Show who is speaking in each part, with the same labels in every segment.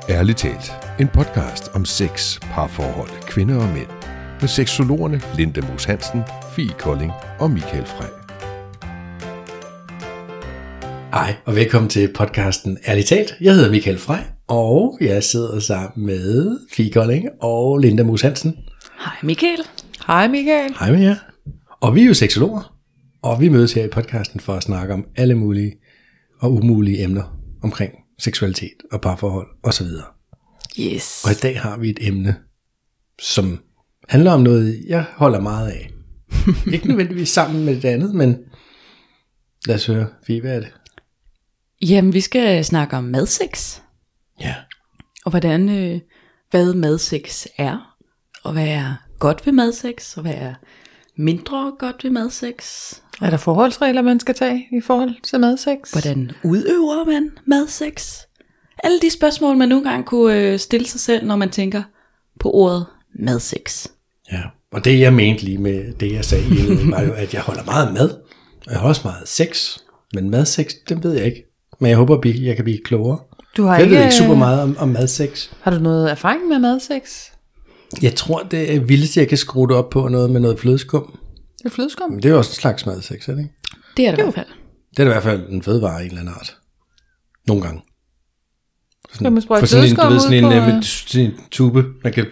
Speaker 1: Ærligt talt, en podcast om sex, parforhold, kvinder og mænd. Med seksologerne Linda Moos Hansen, Fie Kolding og Michael Frey.
Speaker 2: Hej og velkommen til podcasten Ærligt talt. Jeg hedder Michael Frey, og jeg sidder sammen med Fie Kolding og Linda Moos Hansen.
Speaker 3: Hej Michael.
Speaker 4: Hej Michael.
Speaker 2: Hej med jer. Og vi er jo seksologer, og vi mødes her i podcasten for at snakke om alle mulige og umulige emner omkring seksualitet og parforhold osv.
Speaker 3: Yes.
Speaker 2: Og i dag har vi et emne, som handler om noget, jeg holder meget af. Ikke nødvendigvis sammen med det andet, men lad os høre, Fie, hvad er det?
Speaker 3: Jamen, vi skal snakke om madsex.
Speaker 2: Ja.
Speaker 3: Og hvad madsex er. Og hvad er godt ved madsex. Og hvad er mindre godt ved madsex.
Speaker 4: Er der forholdsregler, man skal tage i forhold til madsex?
Speaker 3: Hvordan udøver man madsex? Alle de spørgsmål, man nogle gange kunne stille sig selv, når man tænker på ordet madsex.
Speaker 2: Ja, og det jeg mente lige med det jeg sagde i var jo, at jeg holder meget af mad. Og jeg holder også meget af sex. Men madsex, det ved jeg ikke. Men jeg håber, jeg kan blive klogere. Jeg ved ikke super meget om madsex.
Speaker 4: Har du noget erfaring med madsex?
Speaker 2: Jeg tror, det er vildest, jeg kan skrue det op på noget med noget flødeskum.
Speaker 4: Det er flødeskum?
Speaker 2: Men det er jo også en slags madsex, er det ikke?
Speaker 3: Det er det i hvert fald.
Speaker 2: Det er i hvert fald en fødevare i en eller anden art. Nogle gange.
Speaker 4: Skal man sprøjte
Speaker 2: sådan
Speaker 4: flødeskum
Speaker 2: en sådan en tube, man kan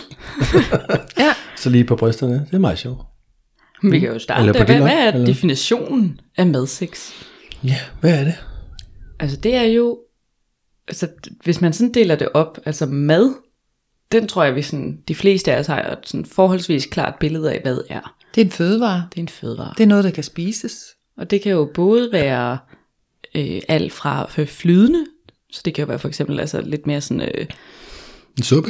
Speaker 4: ja.
Speaker 2: Så lige på brysterne. Det er meget sjovt.
Speaker 3: Vi kan jo starte. Hvad er definitionen af madsex?
Speaker 2: Ja, hvad er det?
Speaker 3: Altså det er jo, altså hvis man sådan deler det op, altså mad, den tror jeg, vi sådan, de fleste af os har et sådan forholdsvis klart billede af, hvad er.
Speaker 4: Det er en fødevare.
Speaker 3: Det er en fødevare.
Speaker 4: Det er noget, der kan spises. Og
Speaker 3: det kan jo både være alt fra flydende, så det kan jo være for eksempel altså lidt mere sådan
Speaker 2: en suppe.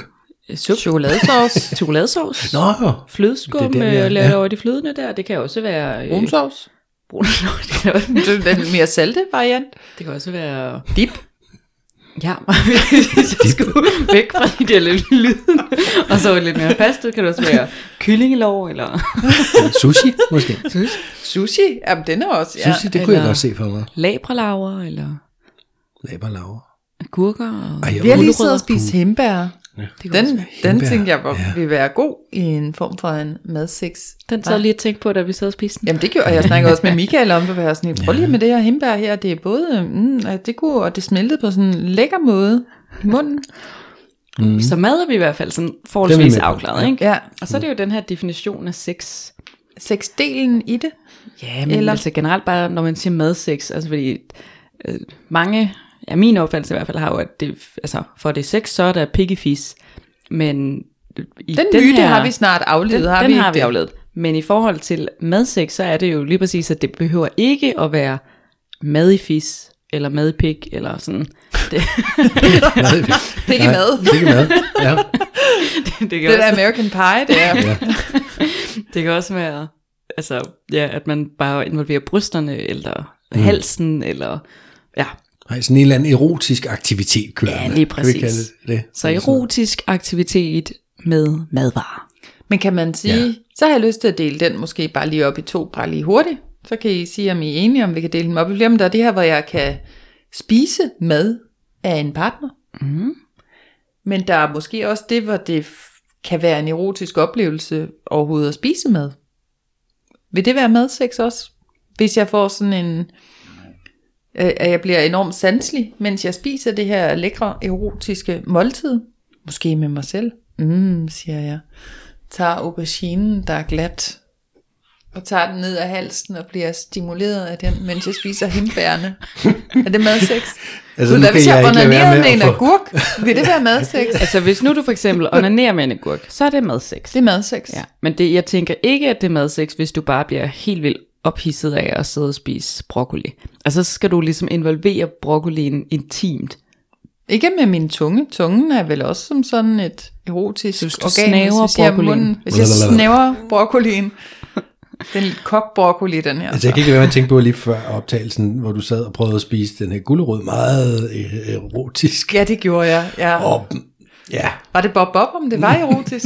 Speaker 3: Chokoladesauce.
Speaker 2: Nå,
Speaker 3: flødeskum, lavet over de flydende der. Det kan også være
Speaker 4: brunsauce. Det er den mere salte variant.
Speaker 3: Det kan også være
Speaker 4: dip.
Speaker 3: Ja, hvis jeg skulle væk fra de der lidt lyden, og så lidt mere fastet, kan det også være kyllingelår, eller
Speaker 2: sushi, måske.
Speaker 4: Sushi, jamen den er også,
Speaker 2: ja. Sushi, det kunne jeg godt se for mig.
Speaker 3: Labralaver, eller agurker.
Speaker 4: Vi har lige siddet og spist hindbær. Ja. Den tænkte jeg ville være god i en form for en madsex.
Speaker 3: Den sad lige at tænke på, da vi sad og spiste den.
Speaker 4: Jamen det gjorde jeg. Jeg snakkede også med Michael om det. Var sådan, prøv lige med det her hindbær her. Det er både, det kunne, og det smeltede på sådan en lækker måde i munden.
Speaker 3: Så mad er vi i hvert fald sådan forholdsvis afklaret, ikke?
Speaker 4: Ja.
Speaker 3: Og så er det jo den her definition af sex.
Speaker 4: Sexdelen i det?
Speaker 3: Ja, men altså generelt bare, når man siger madsex, altså fordi mange... Ja, min opfattelse i hvert fald har jo, at det, altså, for det er sex, så er der pikkefis. Men i
Speaker 4: den myte her, har vi snart aflevet.
Speaker 3: Den har vi aflevet. Men i forhold til madsex, så er det jo lige præcis, at det behøver ikke at være mad i fis, eller mad i pik, eller sådan.
Speaker 4: Pik i mad.
Speaker 2: Pik i mad, ja.
Speaker 4: Det er American Pie, det er. Ja.
Speaker 3: Det kan også være, altså, ja, at man bare involverer brysterne, eller halsen, eller, ja.
Speaker 2: Sådan en eller anden erotisk aktivitet kører.
Speaker 3: Ja, lige præcis. Det. Så erotisk aktivitet med madvarer.
Speaker 4: Men kan man sige, så har jeg lyst til at dele den måske bare lige op i to, bare lige hurtigt. Så kan I sige, om I er enige, om vi kan dele dem op i flere. Men der er det her, hvor jeg kan spise mad af en partner.
Speaker 3: Mm.
Speaker 4: Men der er måske også det, hvor det kan være en erotisk oplevelse overhovedet at spise mad. Vil det være madsex også? Hvis jeg får sådan en... at jeg bliver enormt sanselig, mens jeg spiser det her lækre, erotiske måltid. Måske med mig selv. Siger jeg. Tager auberginen, der er glat, og tager den ned af halsen og bliver stimuleret af den, mens jeg spiser hindbærne. Er det madsex?
Speaker 2: Altså,
Speaker 4: hvis jeg onanerer med en agurk, vil det være madsex?
Speaker 3: Altså hvis nu du for eksempel onanerer med en agurk, så er det madsex.
Speaker 4: Det er madsex.
Speaker 3: Ja, men jeg tænker ikke, at det er madsex, hvis du bare bliver helt vildt ophidset af at sidde og spise broccoli. Altså så skal du ligesom involvere broccolien intimt.
Speaker 4: Ikke med min tunge. Tungen er vel også som sådan et erotisk
Speaker 3: organ,
Speaker 4: hvis jeg snæver broccolien. Den kogt broccoli, den her.
Speaker 2: Altså jeg kan ikke være med at tænke på lige før optagelsen, hvor du sad og prøvede at spise den her gulerod meget erotisk.
Speaker 4: Ja, det gjorde jeg. Ja.
Speaker 2: Ja.
Speaker 4: Var det Bob, om det var erotisk?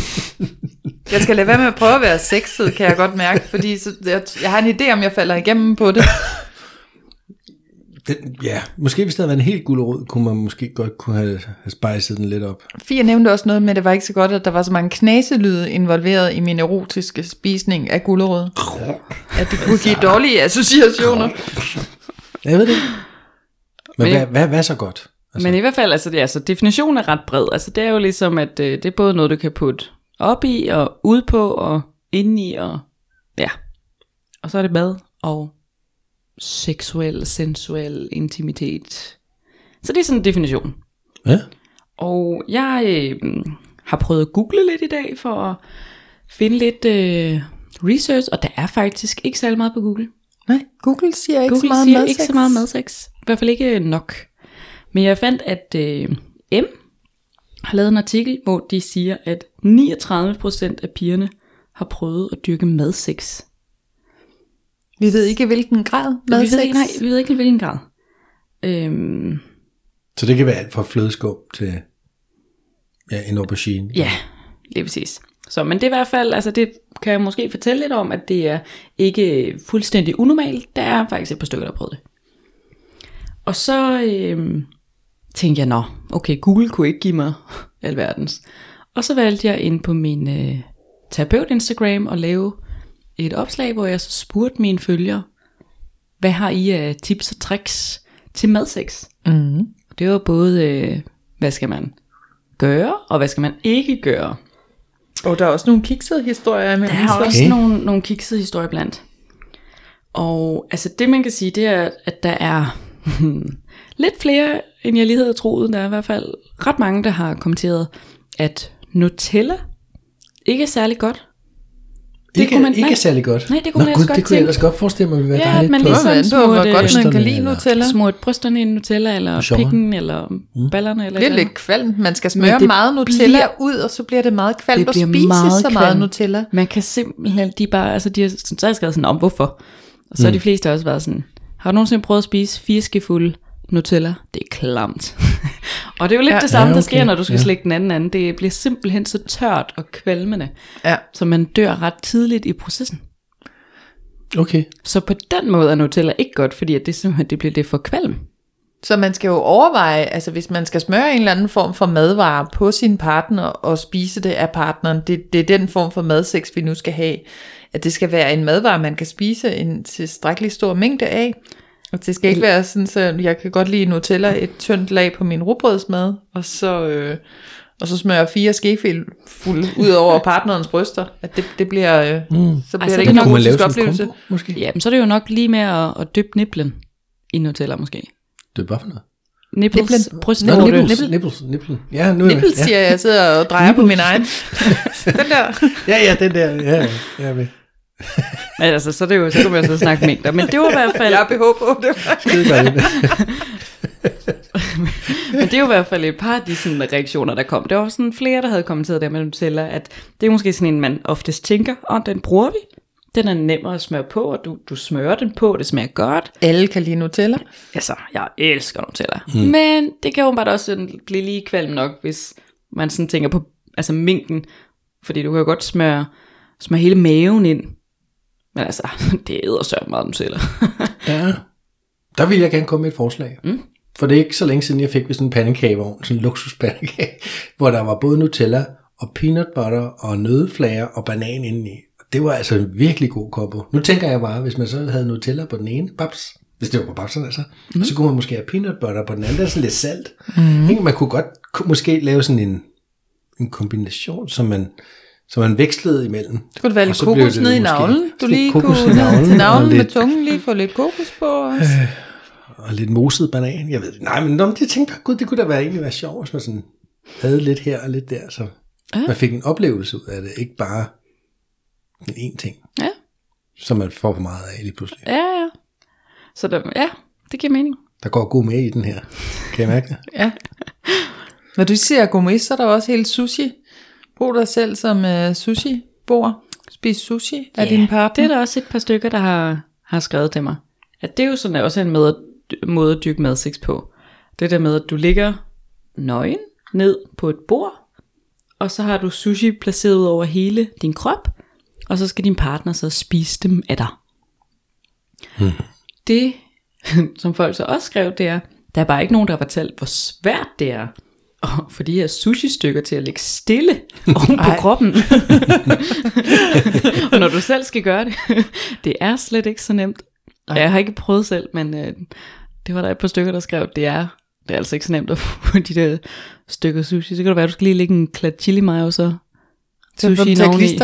Speaker 4: Jeg skal lade være med at prøve at være sexet, kan jeg godt mærke, fordi jeg har en idé om, jeg falder igennem på det.
Speaker 2: Måske hvis der havde været en helt gulerod, kunne man måske godt kunne have spejset den lidt op.
Speaker 4: Fie nævnte også noget med, at det var ikke så godt, at der var så mange knaselyde involveret i min erotiske spisning af gulerod. At det kunne give dårlige associationer.
Speaker 2: Jeg ved det. Men hvad er så godt?
Speaker 3: Altså. Men i hvert fald, altså definitionen er ret bred. Altså det er jo ligesom, at det er både noget, du kan putte op i, og ud på, og ind i, og ja. Og så er det mad, og seksuel, sensuel intimitet. Så det er sådan en definition.
Speaker 2: Ja.
Speaker 3: Og jeg har prøvet at google lidt i dag, for at finde lidt research, og der er faktisk ikke særlig meget på Google.
Speaker 4: Nej, Google siger ikke
Speaker 3: Google
Speaker 4: så meget
Speaker 3: siger
Speaker 4: madsex.
Speaker 3: ikke så meget madsex. I hvert fald ikke nok. Men jeg fandt, at M har lavet en artikel, hvor de siger, at 39% af pigerne har prøvet at dyrke madsex.
Speaker 4: Vi ved ikke, hvilken grad madsex.
Speaker 3: Vi ved ikke, hvilken grad.
Speaker 2: Så det kan være alt fra flødeskum til en aubergine.
Speaker 3: Ja, lige præcis. Så, men det er i hvert fald, altså det kan jeg måske fortælle lidt om, at det er ikke fuldstændig unormalt. Der er faktisk et par stykker, der har prøvet det. Og så tænkte jeg, okay, Google kunne ikke give mig alverdens. Og så valgte jeg ind på min terapeut Instagram og lave et opslag, hvor jeg så spurgte mine følgere, hvad har I af tips og tricks til madsex?
Speaker 4: Mm.
Speaker 3: Det var både, hvad skal man gøre, og hvad skal man ikke gøre.
Speaker 4: Og der er også nogle kiksede historier.
Speaker 3: Der er også nogle kiksede historier blandt. Og altså det man kan sige, det er, at der er lidt flere, end jeg lige havde troet. Der er i hvert fald ret mange, der har kommenteret, at Nutella ikke er særlig godt.
Speaker 2: Ikke er særlig godt.
Speaker 3: Nej, det kunne man ellers godt
Speaker 2: det kunne jeg ellers godt forestille mig, at vi var dejligt.
Speaker 3: Ja, man ligesom
Speaker 4: smurt
Speaker 3: brysterne i Nutella, eller pikken, eller ballerne. Eller
Speaker 4: det er lidt kvalmt. Man skal smøre meget Nutella ud, og så bliver det meget kvalmt at spise så meget Nutella.
Speaker 3: Man kan simpelthen, de har så skrevet sådan om, hvorfor. Og så har de fleste også været sådan, har du nogensinde prøvet at spise 4 skefulde Nutella? Det er klamt. Og det er jo lidt det samme, der sker, når du skal slække den anden. Det bliver simpelthen så tørt og kvalmende, så man dør ret tidligt i processen.
Speaker 2: Okay.
Speaker 3: Så på den måde er Nutella ikke godt, fordi at det simpelthen det bliver det for kvalm.
Speaker 4: Så man skal jo overveje, altså hvis man skal smøre en eller anden form for madvare på sin partner og spise det af partneren, det er den form for madsex, vi nu skal have. At det skal være en madvare, man kan spise en tilstrækkelig stor mængde af. Og det skal ikke være sådan, så jeg kan godt lide Nutella, et tyndt lag på min rugbrødsmad, og så smører jeg 4 skefulde ud over partnerens bryster. At det bliver, så bliver det ikke en erotisk oplevelse.
Speaker 3: Ja, men så er det jo nok lige med at dyppe niblen i Nutella måske.
Speaker 2: Det er bare for noget.
Speaker 3: Nipples,
Speaker 2: Nipples. Ja, nu
Speaker 4: nipples siger jeg sidder og drejer på min egen. Den der.
Speaker 2: Ja, den der. Ja, jeg er med.
Speaker 3: Men altså, så kan man så snakke mængder. Men det var i hvert fald...
Speaker 4: Jeg har behov på det.
Speaker 3: Men det er jo i hvert fald et par af de sådan, reaktioner, der kom. Der var sådan flere, der havde kommenteret der med Nutella, at det er måske sådan en, man oftest tænker, den bruger vi. Den er nemmere at smøre på, og du smører den på, det smager godt.
Speaker 4: Alle kan lide Nutella.
Speaker 3: Altså, jeg elsker Nutella. Men det kan jo bare også blive lige kvalm nok, hvis man sådan tænker på mængden. Fordi du kan jo godt smøre hele maven ind. Men altså, det æder så meget Nutella.
Speaker 2: Ja, der vil jeg gerne komme med et forslag. For det er ikke så længe siden, jeg fik sådan en pandekagevogn, sådan en luksuspandekage, hvor der var både Nutella og peanut butter og nøddeflager og banan indeni. Det var altså en virkelig god kombo. Nu tænker jeg bare, hvis man så havde Nutella på den ene, babs, hvis det var på babserne altså, så kunne man måske have peanut butter på den anden, der er sådan lidt salt. Man kunne godt måske lave sådan en kombination, som man vekslede imellem.
Speaker 4: Så kunne det være lidt kokos ned i navlen. Du lige kunne ned til navlen med tungen, lige få lidt kokos på også.
Speaker 2: Og lidt moset banan. Jeg ved det. Nej, men jeg tænkte bare, gud, det kunne da egentlig være sjovt, hvis man sådan havde lidt her og lidt der. Så man fik en oplevelse ud af det, ikke bare en ting.
Speaker 3: Ja.
Speaker 2: Som man får for meget af lige pludselig.
Speaker 3: Ja. Så det giver mening.
Speaker 2: Der går god med i den her. Kan jeg mærke det?
Speaker 4: Ja. Når du siger gourmet, så er der også helt sushi. Brug dig selv som sushi-bord. Spis sushi af din partner.
Speaker 3: Det er der også et par stykker, der har skrevet til mig. At det er jo sådan også en måde at dyrke madsex på. Det der med, at du ligger nøgen ned på et bord, og så har du sushi placeret ud over hele din krop, og så skal din partner så spise dem af dig. Det som folk så også skrev, det er, der er bare ikke nogen, der har fortalt, hvor svært det er at få de her sushi-stykker til at ligge stille oven på kroppen. Og når du selv skal gøre det, det er slet ikke så nemt. Jeg har ikke prøvet selv, men det var der et par stykker, der skrev, det er altså ikke så nemt at få de der stykker sushi. Så kan det være, du skal lige lægge en klat chili mayo, så sushi oveni.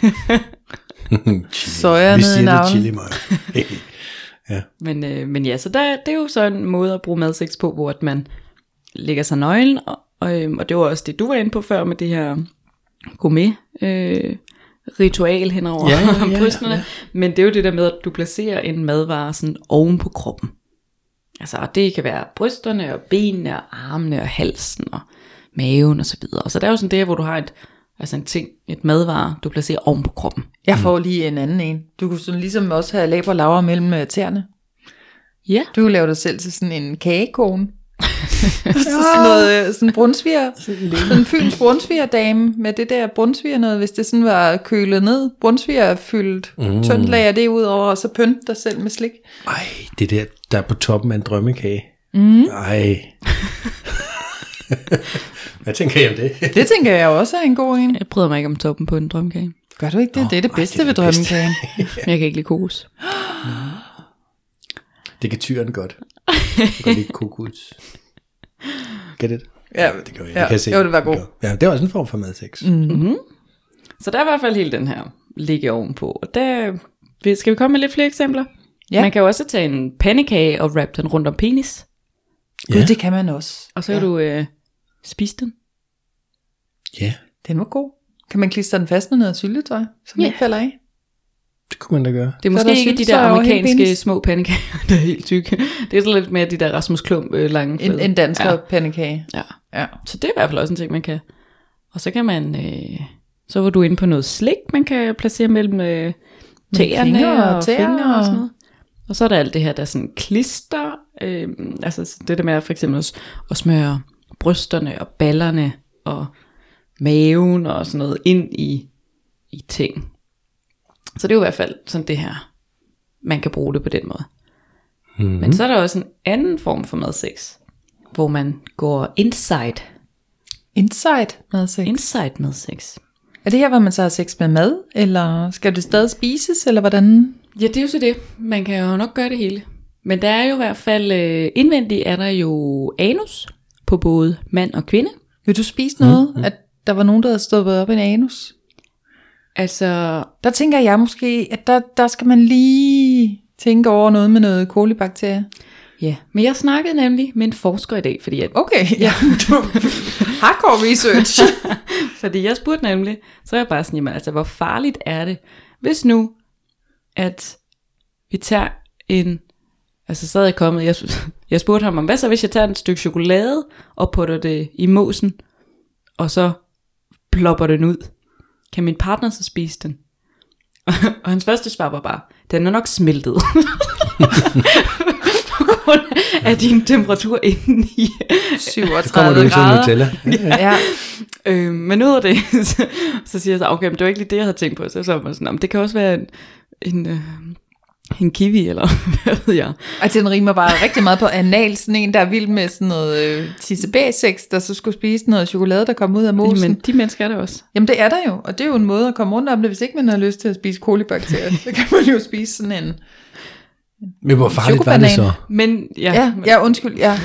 Speaker 2: Vi siger det chili mayo.
Speaker 3: Ja. Men ja, så det er jo så en måde at bruge madsex på, hvor man lægger sig nøglen, og det var også det, du var inde på før med det her gourmet ritual henover brysterne. Ja. Men det er jo det der med, at du placerer en madvare sådan oven på kroppen. Altså, det kan være brysterne og benene og armene og halsen og maven og så videre. Så der er jo sådan det, hvor du har et madvare, du placerer oven på kroppen.
Speaker 4: Jeg får lige en anden en. Du kunne sådan ligesom også have laber laver mellem tæerne.
Speaker 3: Ja.
Speaker 4: Du kunne lave dig selv til sådan en kagekone. Sådan noget, sådan brunsviger. Sådan en Fyns brunsvigerdame med det der brunsviger noget, hvis det sådan var kølet ned. Brunsviger fyldt tyndt lager det ud over, og så pynt dig selv med slik.
Speaker 2: Ej, det der er på toppen af en drømmekage. Ej. Hvad tænker jeg om det?
Speaker 4: Det tænker jeg også er en god en.
Speaker 3: Jeg bryder mig ikke om toppen på en drømmekage.
Speaker 4: Gør du ikke det? Det er det bedste ved drømmekagen.
Speaker 3: Men jeg kan ikke lide kokos.
Speaker 2: Det kan tyren godt. Jeg kan lide kokos. Get it?
Speaker 4: Ja,
Speaker 2: det gør jeg. Kan se.
Speaker 4: Jo, det var godt.
Speaker 2: Ja, det var også en form for madsex.
Speaker 3: Så der er i hvert fald hele den her ligge ovenpå. Og der skal vi komme med lidt flere eksempler? Ja. Man kan jo også tage en pandekage og wrap den rundt om penis.
Speaker 4: Gud, det kan man også.
Speaker 3: Og så kan du spise den.
Speaker 2: Ja.
Speaker 4: Den var god. Kan man klistre den fast med noget syltetøj, som ikke falder af?
Speaker 2: Det kunne man da gøre.
Speaker 3: Det er måske ikke de der amerikanske små pandekager, der er helt tykke. Det er så lidt mere de der Rasmus Klump lange flade.
Speaker 4: En dansker pandekage.
Speaker 3: Ja. Så det er i hvert fald også en ting, man kan. Og så kan man, så var du inde på noget slik, man kan placere mellem tæerne og fingre og sådan noget. Og så er der alt det her, der er sådan klister. Altså det der med for eksempel at smøre brysterne og ballerne og maven og sådan noget ind i ting. Så det er jo i hvert fald sådan det her, man kan bruge det på den måde. Men så er der også en anden form for madsex, hvor man går inside.
Speaker 4: Inside madsex?
Speaker 3: Inside madsex.
Speaker 4: Er det her, hvor man så har sex med mad, eller skal det stadig spises, eller hvordan?
Speaker 3: Ja, det er jo så det. Man kan jo nok gøre det hele. Men der er jo i hvert fald, indvendigt er der jo anus på både mand og kvinde.
Speaker 4: Vil du spise noget, at der var nogen, der havde stoppet op en anus?
Speaker 3: Altså,
Speaker 4: der tænker jeg måske, at der skal man lige tænke over noget med noget kolibakterier.
Speaker 3: Ja, men jeg snakkede nemlig med en forsker i dag, fordi at...
Speaker 4: Okay, ja, du hardcore research.
Speaker 3: Fordi jeg spurgte nemlig, så er jeg bare sådan, jamen, altså, hvor farligt er det, hvis nu, at vi tager en... Altså, så er jeg kommet, jeg spurgte ham om, hvad så hvis jeg tager et stykke chokolade og putter det i måsen, og så plopper den ud? Kan min partner så spise den? Og hans første svar var bare, den er nok smeltet. På grund af din temperatur inden i
Speaker 4: 37 grader.
Speaker 3: Ja. Men ud af det, så siger jeg så, okay, men det var ikke lige det, jeg havde tænkt på. Så var man sådan, det kan også være en kiwi, eller hvad ved jeg.
Speaker 4: Og den rimer bare rigtig meget på anal, sådan en, der er vild med sådan noget tissebæ-sex, der så skulle spise noget chokolade, der kom ud af mosen.
Speaker 3: Men de mennesker er der også.
Speaker 4: Jamen det er der jo, og det er jo en måde at komme rundt om det, hvis ikke man har lyst til at spise kolibakterier. Så kan man jo spise sådan en
Speaker 2: men hvor farligt var det så?
Speaker 3: Men,
Speaker 4: undskyld, ja.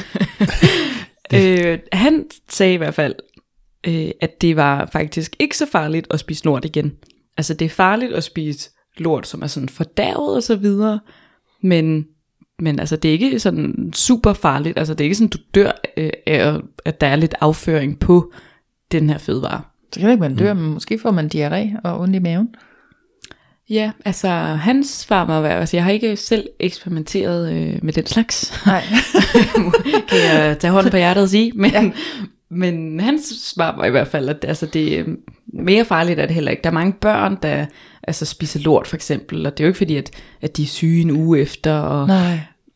Speaker 3: Han sagde i hvert fald, at det var faktisk ikke så farligt at spise lort igen. Altså det er farligt at spise lort, som er sådan fordærvet og så videre, men altså det er ikke sådan super farligt, altså det er ikke sådan, du dør af, at der er lidt afføring på den her fødevare.
Speaker 4: Så kan ikke man dør, men måske får man diarré og ondt i maven.
Speaker 3: Ja, altså hans svar må være, altså jeg har ikke selv eksperimenteret med den slags.
Speaker 4: Nej.
Speaker 3: Kan jeg tage hånden på hjertet og sige, men hans svar var i hvert fald, at altså, det er mere farligt er det heller ikke. Der er mange børn, der altså, spiser lort for eksempel, og det er jo ikke fordi, at de er syge en uge efter. Og,
Speaker 4: nej.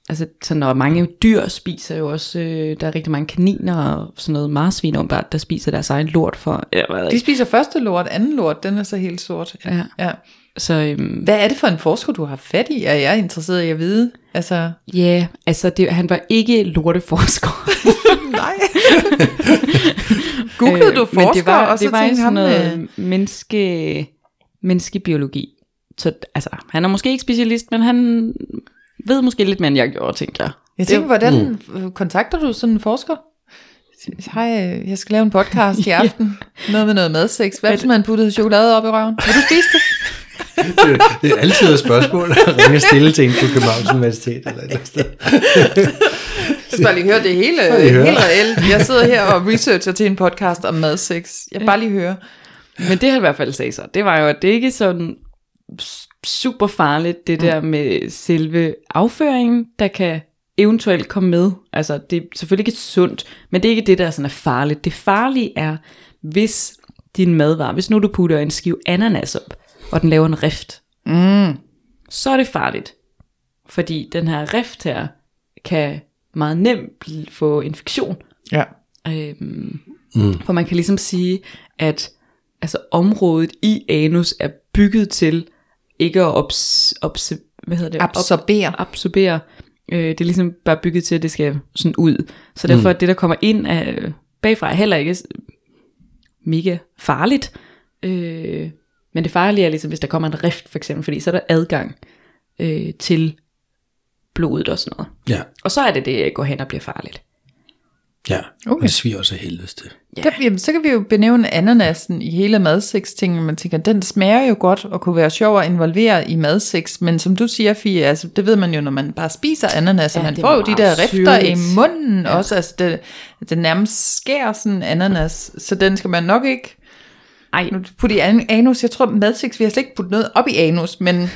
Speaker 3: altså så når mange dyr spiser jo også, der er rigtig mange kaniner og sådan noget marsvin åbenbart, der spiser deres egen lort for.
Speaker 4: De spiser første lort, anden lort, den er så helt sort.
Speaker 3: Ja. Så,
Speaker 4: hvad er det for en forsker, du har fat i? Er jeg interesseret i at vide? Altså...
Speaker 3: Ja, altså han var ikke lorteforsker.
Speaker 4: Nej. Googlede du forsker?
Speaker 3: Men det var sådan noget menneskebiologi. Så altså, han er måske ikke specialist, men han ved måske lidt mere, end jeg gjorde, tænker jeg.
Speaker 4: Jeg tænker, hvordan kontakter du sådan en forsker? Hej, jeg skal lave en podcast i aften. Noget med noget madsex. Hvad hvis man puttede chokolade op i røven? Vil du spise det?
Speaker 2: Det er altid et spørgsmål at ringe stille til en på Københavns Universitet eller et eller andet sted.
Speaker 4: Jeg skal bare lige høre det helt reelt. Jeg sidder her og researcher til en podcast om madsex. Jeg bare lige høre.
Speaker 3: Men det han i hvert fald sagde så, det var jo, at det ikke er sådan super farligt, det der med selve afføringen, der kan eventuelt komme med. Altså, det er selvfølgelig ikke sundt, men det er ikke det, der sådan er farligt. Det farlige er, hvis din madvarer, hvis nu du putter en skive ananas op, og den laver en rift, så er det farligt. Fordi den her rift her, kan meget nemt få infektion.
Speaker 4: Ja.
Speaker 3: For man kan ligesom sige, at altså, området i anus er bygget til ikke at absorbere. Det er ligesom bare bygget til, at det skal sådan ud. Så derfor det, der kommer ind bagfra, er heller ikke mega farligt. Men det farlige er ligesom, hvis der kommer en rift for eksempel, fordi så er der adgang til blodet og sådan noget.
Speaker 2: Ja.
Speaker 3: Og så er det går hen og bliver farligt.
Speaker 2: Ja, okay. Og det sviger også af helvedes til.
Speaker 4: Ja. Jamen, så kan vi jo benævne ananasen i hele madsex-tingen. Man tænker, den smager jo godt og kunne være sjov at involvere i madsex. Men som du siger, Fie, altså, det ved man jo, når man bare spiser ananas, man får jo de der rifter i munden også. Altså, det nærmest skærer sådan ananas, så den skal man nok ikke putte i anus. Jeg tror, madsex, vi har slet ikke puttet noget op i anus, men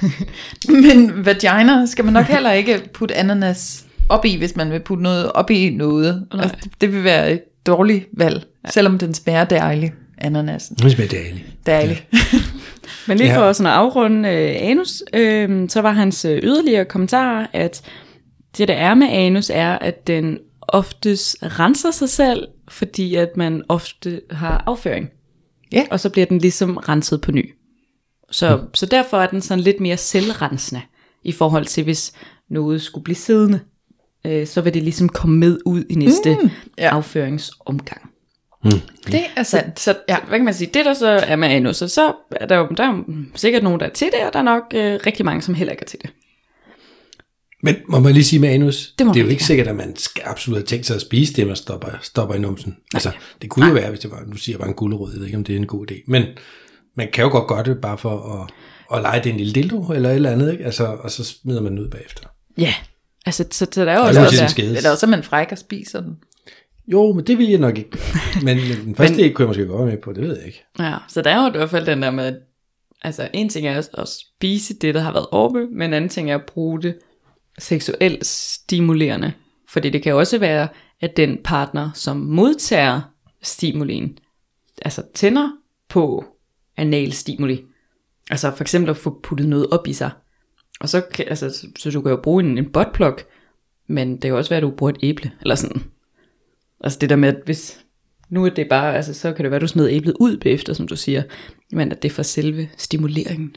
Speaker 4: vagina skal man nok heller ikke putte ananas op i, hvis man vil putte noget op i noget. Altså, det vil være et dårligt valg, selvom den smager dejligt, ananasen.
Speaker 2: Den smager dejligt.
Speaker 4: Ja.
Speaker 3: Men lige for sådan at afrunde anus, så var hans yderligere kommentar, at det der er med anus, er, at den oftest renser sig selv, fordi at man ofte har afføring.
Speaker 4: Ja.
Speaker 3: Og så bliver den ligesom renset på ny. Så derfor er den sådan lidt mere selvrensende, i forhold til hvis noget skulle blive siddende. Så vil det ligesom komme med ud i næste afføringsomgang.
Speaker 4: Det er sandt.
Speaker 3: Så hvad kan man sige, det der så er med anus, så er der er sikkert nogen, der er til det, og der er nok rigtig mange, som heller ikke er til det.
Speaker 2: Men må man lige sige med anus, det er jo ikke
Speaker 3: have.
Speaker 2: sikkert, at man skal absolut have tænkt sig at spise det, man stopper i numsen. Altså, det kunne jo være, hvis det var, nu siger jeg bare en gulerod, jeg ved ikke, om det er en god idé. Men man kan jo godt gøre det, bare for at lege det en lille dildo, eller et eller andet, ikke? Altså, og så smider man den ud bagefter.
Speaker 3: Ja, altså, så der er jo
Speaker 4: eller også er man fræk og spiser den.
Speaker 2: Jo, men det vil jeg nok ikke gøre. Men den første del kunne jeg måske godt være med på, det ved jeg ikke.
Speaker 3: Ja, så der er jo i hvert fald den der med, altså en ting er at spise det, der har været oppe, men en anden ting er at bruge det seksuelt stimulerende. Fordi det kan også være, at den partner, som modtager stimulien, altså tænder på analstimuli. Altså for eksempel at få puttet noget op i sig. Og så du kan jo bruge en buttplug, men det kan også være, at du bruger et æble, eller sådan. Altså det der med, at hvis nu er det bare, altså så kan det være, at du smider æblet ud bagefter, som du siger, men at det er for selve stimuleringen.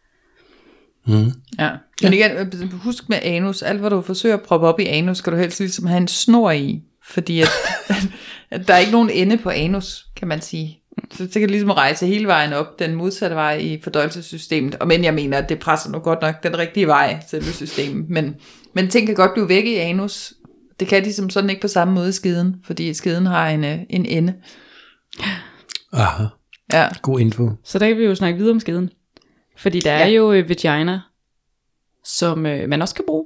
Speaker 4: Ja. Men igen, husk med anus, alt hvad du forsøger at proppe op i anus, skal du helst ligesom have en snor i, fordi at der er ikke nogen ende på anus, kan man sige. Så det kan ligesom rejse hele vejen op, den modsatte vej i fordøjelsessystemet, og men jeg mener, at det presser nu godt nok den rigtige vej, selve systemet, men ting kan godt blive væk i anus. Det kan de som sådan ikke på samme måde i skeden, fordi skeden har en ende.
Speaker 2: Aha,
Speaker 4: ja.
Speaker 2: God info.
Speaker 3: Så der kan vi jo snakke videre om skeden. Fordi der er jo vagina, som man også kan bruge.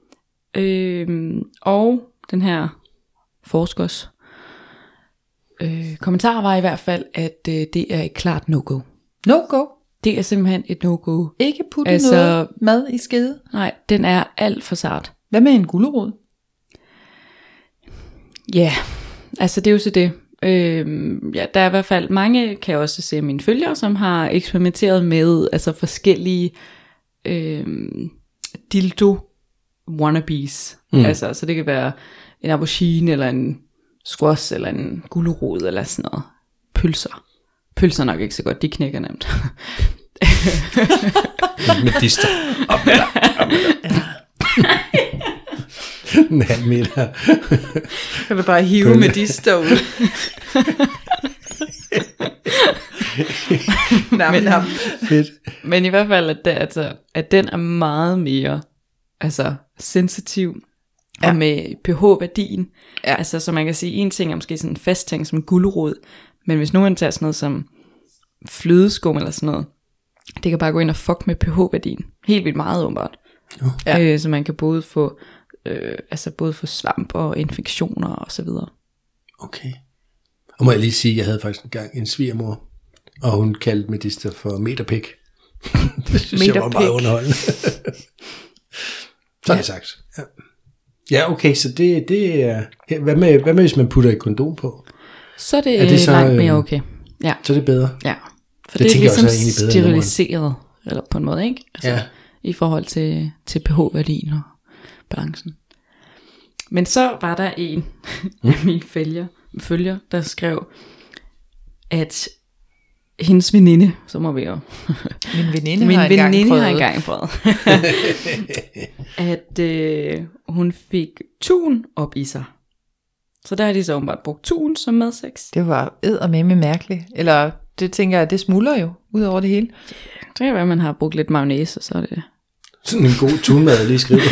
Speaker 3: Og den her forskers kommentar var i hvert fald, at det er et klart no-go.
Speaker 4: No-go?
Speaker 3: Det er simpelthen et no-go.
Speaker 4: Ikke putte noget mad i skede?
Speaker 3: Nej, den er alt for sart.
Speaker 4: Hvad med en gulerod?
Speaker 3: Ja, altså det er jo så det. Der er i hvert fald mange, kan jeg også se mine følgere, som har eksperimenteret med altså forskellige dildo wannabes. Altså, så det kan være en aubergine, eller en squash, eller en gulerod, eller sådan noget. Pølser. Pølser nok ikke så godt, de knækker nemt.
Speaker 2: Medister. Op med dig. En halv meter.
Speaker 4: Kan du bare hive medister ud.
Speaker 3: Men i hvert fald, at den er meget mere sensitiv, og med pH-værdien. Ja. Altså, så man kan sige, en ting er måske sådan en fast ting som gulerod, men hvis nogen tager sådan noget som flødeskum eller sådan noget, det kan bare gå ind og fuck med pH-værdien. Helt vildt meget åbenbart. Ja. Så man kan både få svamp og infektioner og så videre.
Speaker 2: Okay. Og må jeg lige sige, jeg havde faktisk engang en svigermor, og hun kaldte medister for meterpik. Det synes jeg var meget underholdende. Så er det sagt. Ja. Ja, okay, så det er... Hvad med, hvis man putter et kondom på?
Speaker 3: Så er det så, langt mere okay. Ja.
Speaker 2: Så er det bedre?
Speaker 3: Ja. For det er ligesom steriliseret, eller på en måde, ikke? Altså, i forhold til pH-værdien og balancen. Men så var der en af mine følger, der skrev, at hendes veninde, så må vi jo...
Speaker 4: Min veninde har
Speaker 3: engang prøvet. At hun fik tun op i sig. Så der har de så åbenbart brugt tun som madsex.
Speaker 4: Det var eddermame mærkeligt. Eller det tænker jeg, det smuldrer jo ud over det hele.
Speaker 3: Det kan være, at man har brugt lidt mayonnaise, og så er det...
Speaker 2: Sådan en god tunmad lige skrive.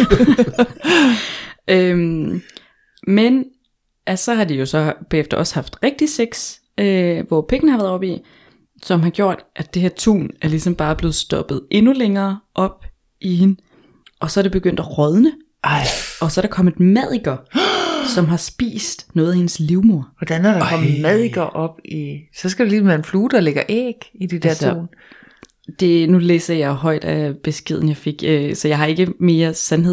Speaker 3: Men så har de jo så bagefter også haft rigtig sex, hvor pikken har været oppe i, som har gjort, at det her tun er ligesom bare blevet stoppet endnu længere op i hende, og så er det begyndt at rådne. Og så er der kommet madikker, som har spist noget af hendes livmor.
Speaker 4: Hvordan er der kommet madikker op i... Så skal det lige være en flue, der lægger æg i de der tun.
Speaker 3: Nu læser jeg højt af beskeden, jeg fik, så jeg har ikke mere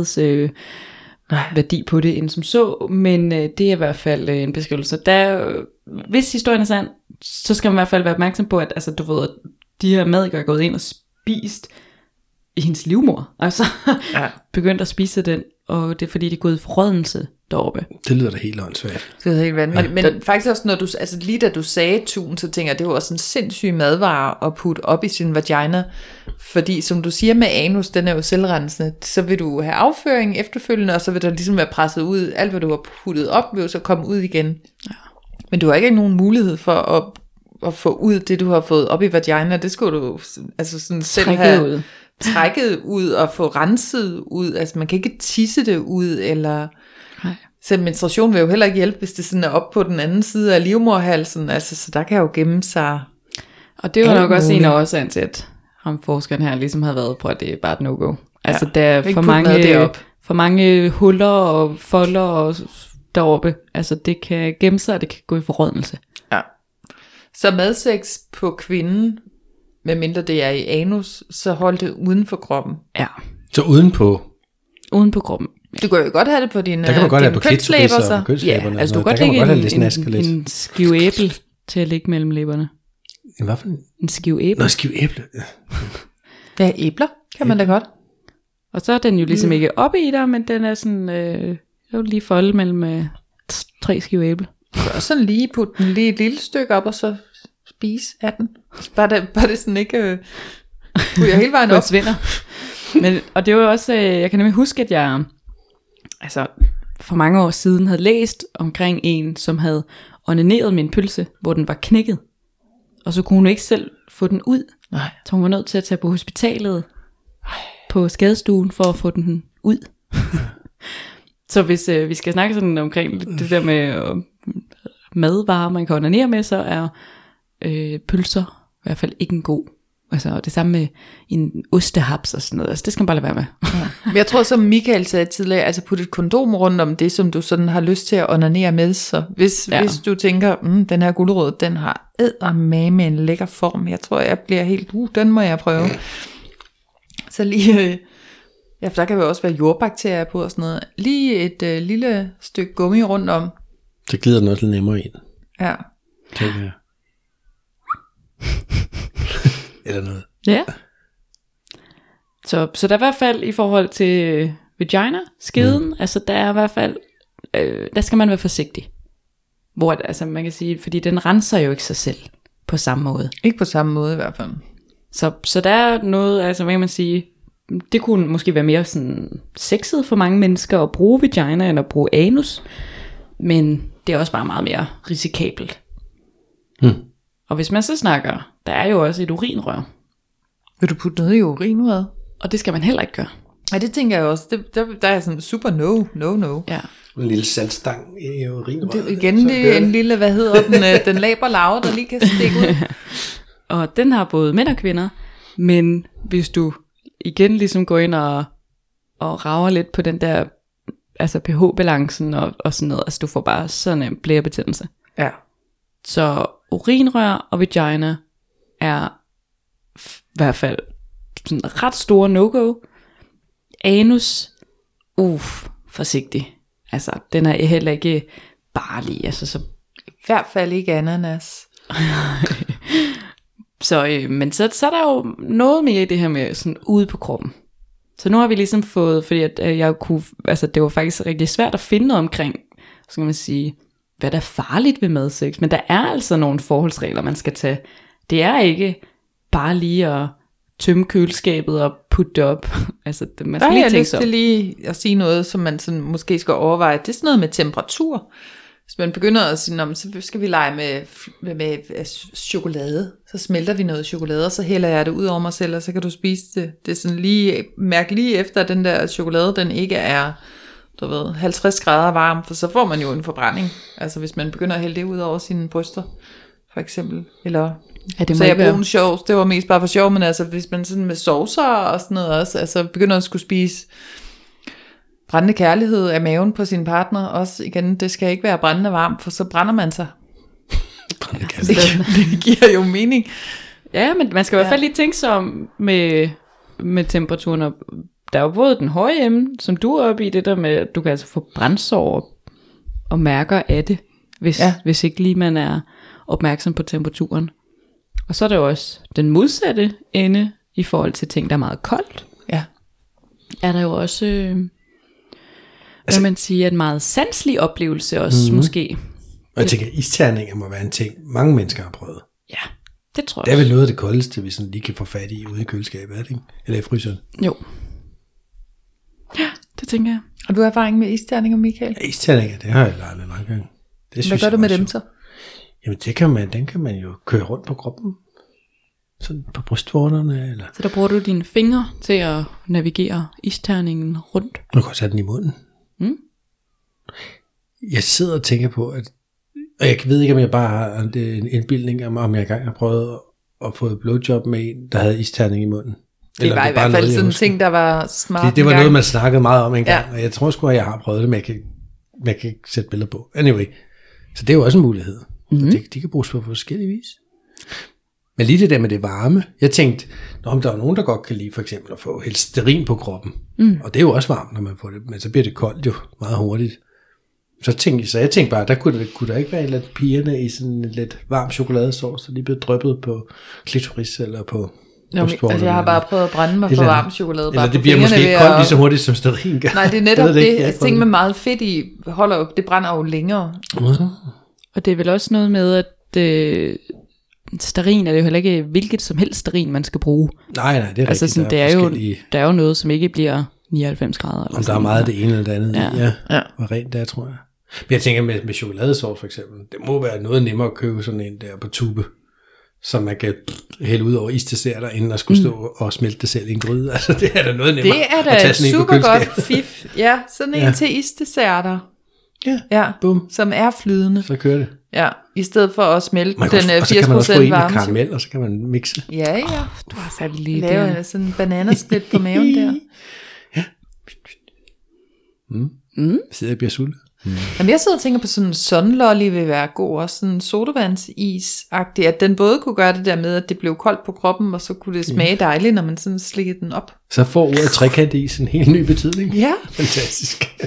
Speaker 3: sandhedsværdi på det end som så, men det er i hvert fald en beskrivelse. Hvis historien er sand, så skal man i hvert fald være opmærksom på, at du ved, at de her madikker er gået ind og spist i hendes livmor. Altså begyndt at spise den, og det er fordi, det er gået i forrådnelse deroppe.
Speaker 2: Det lyder da helt åndssvagt.
Speaker 4: Det er helt vanvittigt. Men faktisk også, når du, lige da du sagde tun, så tænker jeg, det var også en sindssyg madvare at putte op i sin vagina. Fordi som du siger med anus, den er jo selvrensende, så vil du have afføring efterfølgende, og så vil der ligesom være presset ud. Alt hvad du har puttet op, vil jo så komme ud igen. Ja. Men du har ikke nogen mulighed for at få ud det, du har fået op i vagina. Det skulle du sådan selv have trækket ud og få renset ud. Altså man kan ikke tisse det ud, eller... Nej. Så menstruation vil jo heller ikke hjælpe, hvis det sådan er op på den anden side af livmorhalsen. Altså, så der kan jo gemme sig...
Speaker 3: Og det var nok også en af årsagen til, at ham forskeren her ligesom havde været på, at det er bare et no-go. Altså, der er for mange huller og folder og deroppe. Altså, det kan gemme sig, og det kan gå i forrådnelse.
Speaker 4: Ja. Så madsex på kvinden, medmindre det er i anus, så hold det uden for kroppen.
Speaker 3: Ja.
Speaker 2: Så uden på
Speaker 3: kroppen.
Speaker 4: Du kan jo godt have det på dine
Speaker 2: kønslæber. Der kan man godt have på
Speaker 4: kønslæber,
Speaker 2: på kønslæberne.
Speaker 3: Ja, altså du kan godt lægge en skive æble til at ligge mellem læberne.
Speaker 2: Hvad for
Speaker 3: en skive æble?
Speaker 2: Nå, skive æble.
Speaker 4: Ja, æbler kan man da godt.
Speaker 3: Og så er den jo ligesom ikke oppe i dig, men den er sådan, jeg vil lige folde mellem 3 skive æble.
Speaker 4: Og så lige putte den lige et lille stykke op, og så spise af den. Bare det sådan ikke ryger hele vejen op.
Speaker 3: Forsvinder. Men, og det var jo også, jeg kan nemlig huske, at jeg for mange år siden havde læst omkring en, som havde onaneret med en pølse, hvor den var knækket. Og så kunne hun ikke selv få den ud.
Speaker 4: Nej.
Speaker 3: Så hun var nødt til at tage på hospitalet på skadestuen for at få den ud. Så hvis vi skal snakke sådan omkring det der med madvarer, man kan onanere med, så er pølser i hvert fald ikke en god. Altså det samme med en ostehaps og sådan noget. Altså det skal man bare lade være med.
Speaker 4: Ja. Men jeg tror, som Michael sagde tidligere, altså putte et kondom rundt om det, som du sådan har lyst til at onanere med. Så hvis du tænker, den her gulerod, den har eddermame en lækker form. Jeg tror, jeg bliver helt, den må jeg prøve. Så lige, for der kan jo også være jordbakterier på og sådan noget. Lige et lille stykke gummi rundt om.
Speaker 2: Så glider den også lidt nemmere ind.
Speaker 4: Ja.
Speaker 2: Tænker jeg. Eller noget.
Speaker 3: Ja. Så der er i hvert fald i forhold til vagina, skeden, altså der er i hvert fald, der skal man være forsigtig. Hvor altså man kan sige, fordi den renser jo ikke sig selv på samme måde.
Speaker 4: Ikke på samme måde i hvert fald.
Speaker 3: Så der er noget, altså hvad kan man sige, det kunne måske være mere sådan sexet for mange mennesker at bruge vagina end at bruge anus, men det er også bare meget mere risikabelt. Og hvis man så snakker, der er jo også et urinrør.
Speaker 4: Vil du putte noget i urinrøret?
Speaker 3: Og det skal man heller ikke gøre.
Speaker 4: Ja, det tænker jeg også. Der er sådan super no.
Speaker 3: Ja.
Speaker 2: En lille saltstang i urinrøret.
Speaker 4: Det, igen, det er en lille, hvad hedder den, den laber larve, der lige kan stikke ud.
Speaker 3: Og den har både mænd og kvinder, men hvis du igen ligesom går ind og rager lidt på den der, altså pH-balancen og sådan noget, altså du får bare sådan en blærebetændelse.
Speaker 4: Ja.
Speaker 3: Så urinrør og vagina er i hvert fald sådan ret store no-go. Anus, forsigtig. Altså, den er heller ikke barlig. Altså, så
Speaker 4: I hvert fald ikke ananas.
Speaker 3: så, men så er der jo noget mere i det her med sådan ude på kroppen. Så nu har vi ligesom fået, fordi at jeg kunne, altså det var faktisk rigtig svært at finde noget omkring, så kan man sige, hvad der er farligt ved madsex. Men der er altså nogle forholdsregler, man skal tage. Det er ikke bare lige at tømme køleskabet og putte det op. Altså, man skal
Speaker 4: der
Speaker 3: lige
Speaker 4: har jeg lyst
Speaker 3: sig
Speaker 4: til lige at sige noget, som man sådan måske skal overveje. Det er sådan noget med temperatur. Hvis man begynder at sige, så skal vi lege med chokolade, så smelter vi noget chokolade, og så hælder jeg det ud over mig selv, og så kan du spise det. Det er sådan lige, mærk lige efter, at den der chokolade, den ikke er, 50 grader varm, for så får man jo en forbrænding. Altså hvis man begynder at hælde det ud over sine bryster, for eksempel. Eller,
Speaker 3: ja, det
Speaker 4: så jeg bruger en sjov, det var mest bare for sjov, men altså hvis man sådan med saucer og sådan noget også, altså begynder at skulle spise brændende kærlighed af maven på sin partner, også igen, det skal ikke være brændende varmt, for så brænder man sig. Det giver jo mening.
Speaker 3: Ja, men man skal i hvert fald lige tænke sig om med temperaturen. Der er jo både den høje ende, som du er oppe i, det der med, at du kan altså få brændsår og mærker af det, hvis ikke lige man er opmærksom på temperaturen. Og så er der jo også den modsatte ende i forhold til ting, der er meget koldt.
Speaker 4: Ja.
Speaker 3: Er der jo også, hvad man siger, en meget sanselig oplevelse også måske.
Speaker 2: Og jeg tænker, isterninger må være en ting, mange mennesker har prøvet.
Speaker 3: Ja, det tror jeg.
Speaker 2: Det er vel noget af det koldeste, vi sådan lige kan få fat i ude i køleskabet, er det ikke? Eller i fryseren.
Speaker 3: Jo. Ja, det tænker jeg.
Speaker 4: Og du har erfaring med isterninger, Michael?
Speaker 2: Ja, isterninger, det har jeg leget mange gange.
Speaker 4: Hvad gør du med dem så?
Speaker 2: Jamen, den kan man jo køre rundt på kroppen. Sådan på brystvorterne. Eller.
Speaker 3: Så der bruger du dine fingre til at navigere isterningen rundt?
Speaker 2: Du kan også have den i munden. Jeg sidder og tænker på, at, og jeg ved ikke, om jeg bare har en indbildning, om jeg engang har prøvet at få et blowjob med en, der havde isterning i munden.
Speaker 4: Det var i hvert fald sådan en ting, der var smart.
Speaker 2: Det var noget, man snakkede meget om engang, og jeg tror sgu, at jeg har prøvet det, men jeg kan ikke sætte billeder på. Anyway, så det er jo også en mulighed. De kan bruges på forskellige vis. Men lige det der med det varme, jeg tænkte, om der er nogen, der godt kan lide for eksempel at få helt sterin på kroppen, og det er jo også varmt, når man får det, men så bliver det koldt jo meget hurtigt. Så jeg tænkte bare, der kunne der ikke være lidt pigerne i sådan en lidt varm chokoladesauce, der lige blev dryppet på klitoris eller på
Speaker 4: altså jeg har bare prøvet at brænde mig for varm chokolade.
Speaker 2: Eller det bliver måske ikke koldt lige så hurtigt som sterin gør.
Speaker 4: Nej, det er netop det. Ting med meget fedt i holder jo, det brænder jo længere.
Speaker 3: Og det er vel også noget med, at stearin er det jo heller ikke hvilket som helst stearin, man skal bruge.
Speaker 2: Nej, det er rigtigt.
Speaker 3: Altså sådan, der er jo noget, som ikke bliver 99 grader. Eller
Speaker 2: om der er meget det ene eller det andet.
Speaker 4: Ja.
Speaker 2: Hvor rent det er, tror jeg. Men jeg tænker med chokoladesauce for eksempel, det må være noget nemmere at købe sådan en der på tube, som man kan hælde ud over isdesserter, inden at skulle stå og smelte det selv i en gryde. Altså det er da noget nemmere.
Speaker 4: Det er da super godt fif. Ja, sådan en til isdesserter. Ja,
Speaker 2: bum.
Speaker 4: Som er flydende.
Speaker 2: Så kører det.
Speaker 4: Ja, i stedet for at smelte den 80% varme.
Speaker 2: Og så kan man også få en med karamel, og så kan man mixe.
Speaker 4: Ja.
Speaker 3: Du har fat lige
Speaker 4: lave sådan en bananasplit på maven der.
Speaker 2: Ja. Så jeg bliver sultet.
Speaker 4: Jamen jeg sidder og tænker på sådan en sunlolly vil være god, også sådan en sodavandsis-agtig, at den både kunne gøre det der med, at det blev koldt på kroppen, og så kunne det smage dejligt, når man sådan slikkede den op.
Speaker 2: Så får ordet trekantis en helt ny betydning.
Speaker 4: Ja.
Speaker 2: Fantastisk.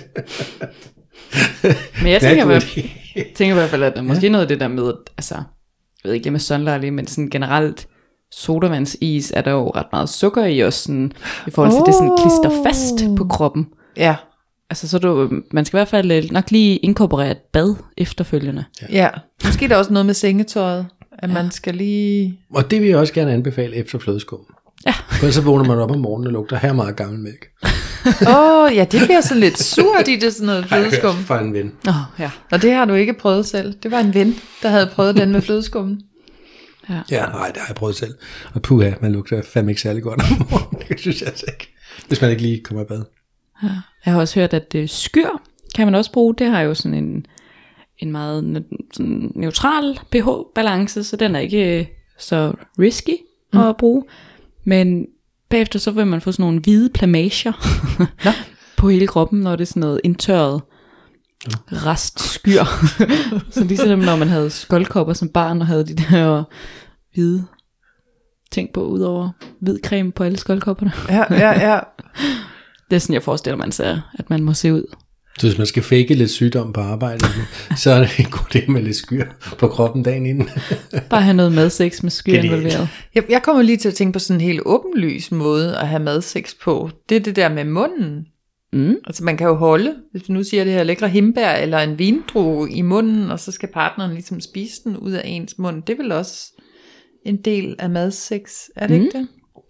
Speaker 3: Men jeg tænker i hvert fald, at der er måske noget af det der med, altså, jeg ved ikke lige med sunlolly, men sådan generelt, sodavandsis er der jo ret meget sukker i, også sådan, i forhold til det sådan klister fast på kroppen.
Speaker 4: Ja.
Speaker 3: Altså, så man skal i hvert fald nok lige inkorporere et bad efterfølgende.
Speaker 4: Ja. Måske er der også noget med sengetøjet, at man skal lige...
Speaker 2: Og det vil jeg også gerne anbefale efter flødeskum.
Speaker 3: Ja.
Speaker 2: For så vågner man op om morgenen og lugter her meget gammel mælk.
Speaker 4: Ja, det bliver sådan lidt surt i det, sådan noget flødeskum.
Speaker 2: Nej, fra en ven.
Speaker 3: Ja.
Speaker 4: Og det har du ikke prøvet selv. Det var en ven, der havde prøvet den med flødeskummen.
Speaker 2: Ja, nej, det har jeg prøvet selv. Og puha, man lugter fandme ikke særlig godt om morgenen. Det synes jeg altså ikke. Hvis man ikke lige kommer i bad.
Speaker 3: Ja. Jeg har også hørt, at skyr kan man også bruge. Det har jo sådan en meget sådan neutral pH-balance, så den er ikke så risky at bruge. Men bagefter så vil man få sådan nogle hvide plamager på hele kroppen, når det er sådan noget indtørret restskyr. Så ligesom når man havde skoldkopper som barn og havde de der hvide ting på, udover hvid creme på alle skoldkopperne.
Speaker 4: Ja.
Speaker 3: Det er sådan, jeg forestiller mig, at man må se ud.
Speaker 2: Så hvis man skal fake lidt sygdom på arbejde, så er det en god idé med lidt skyr på kroppen dagen inden.
Speaker 3: Bare have noget madsex med skyr involveret.
Speaker 4: Jeg kommer lige til at tænke på sådan en helt åbenlys måde at have madsex på. Det er det der med munden. Altså man kan jo holde, hvis du nu siger det her lækre hindbær eller en vindrue i munden, og så skal partneren ligesom spise den ud af ens mund. Det er vel også en del af madsex, er det ikke det?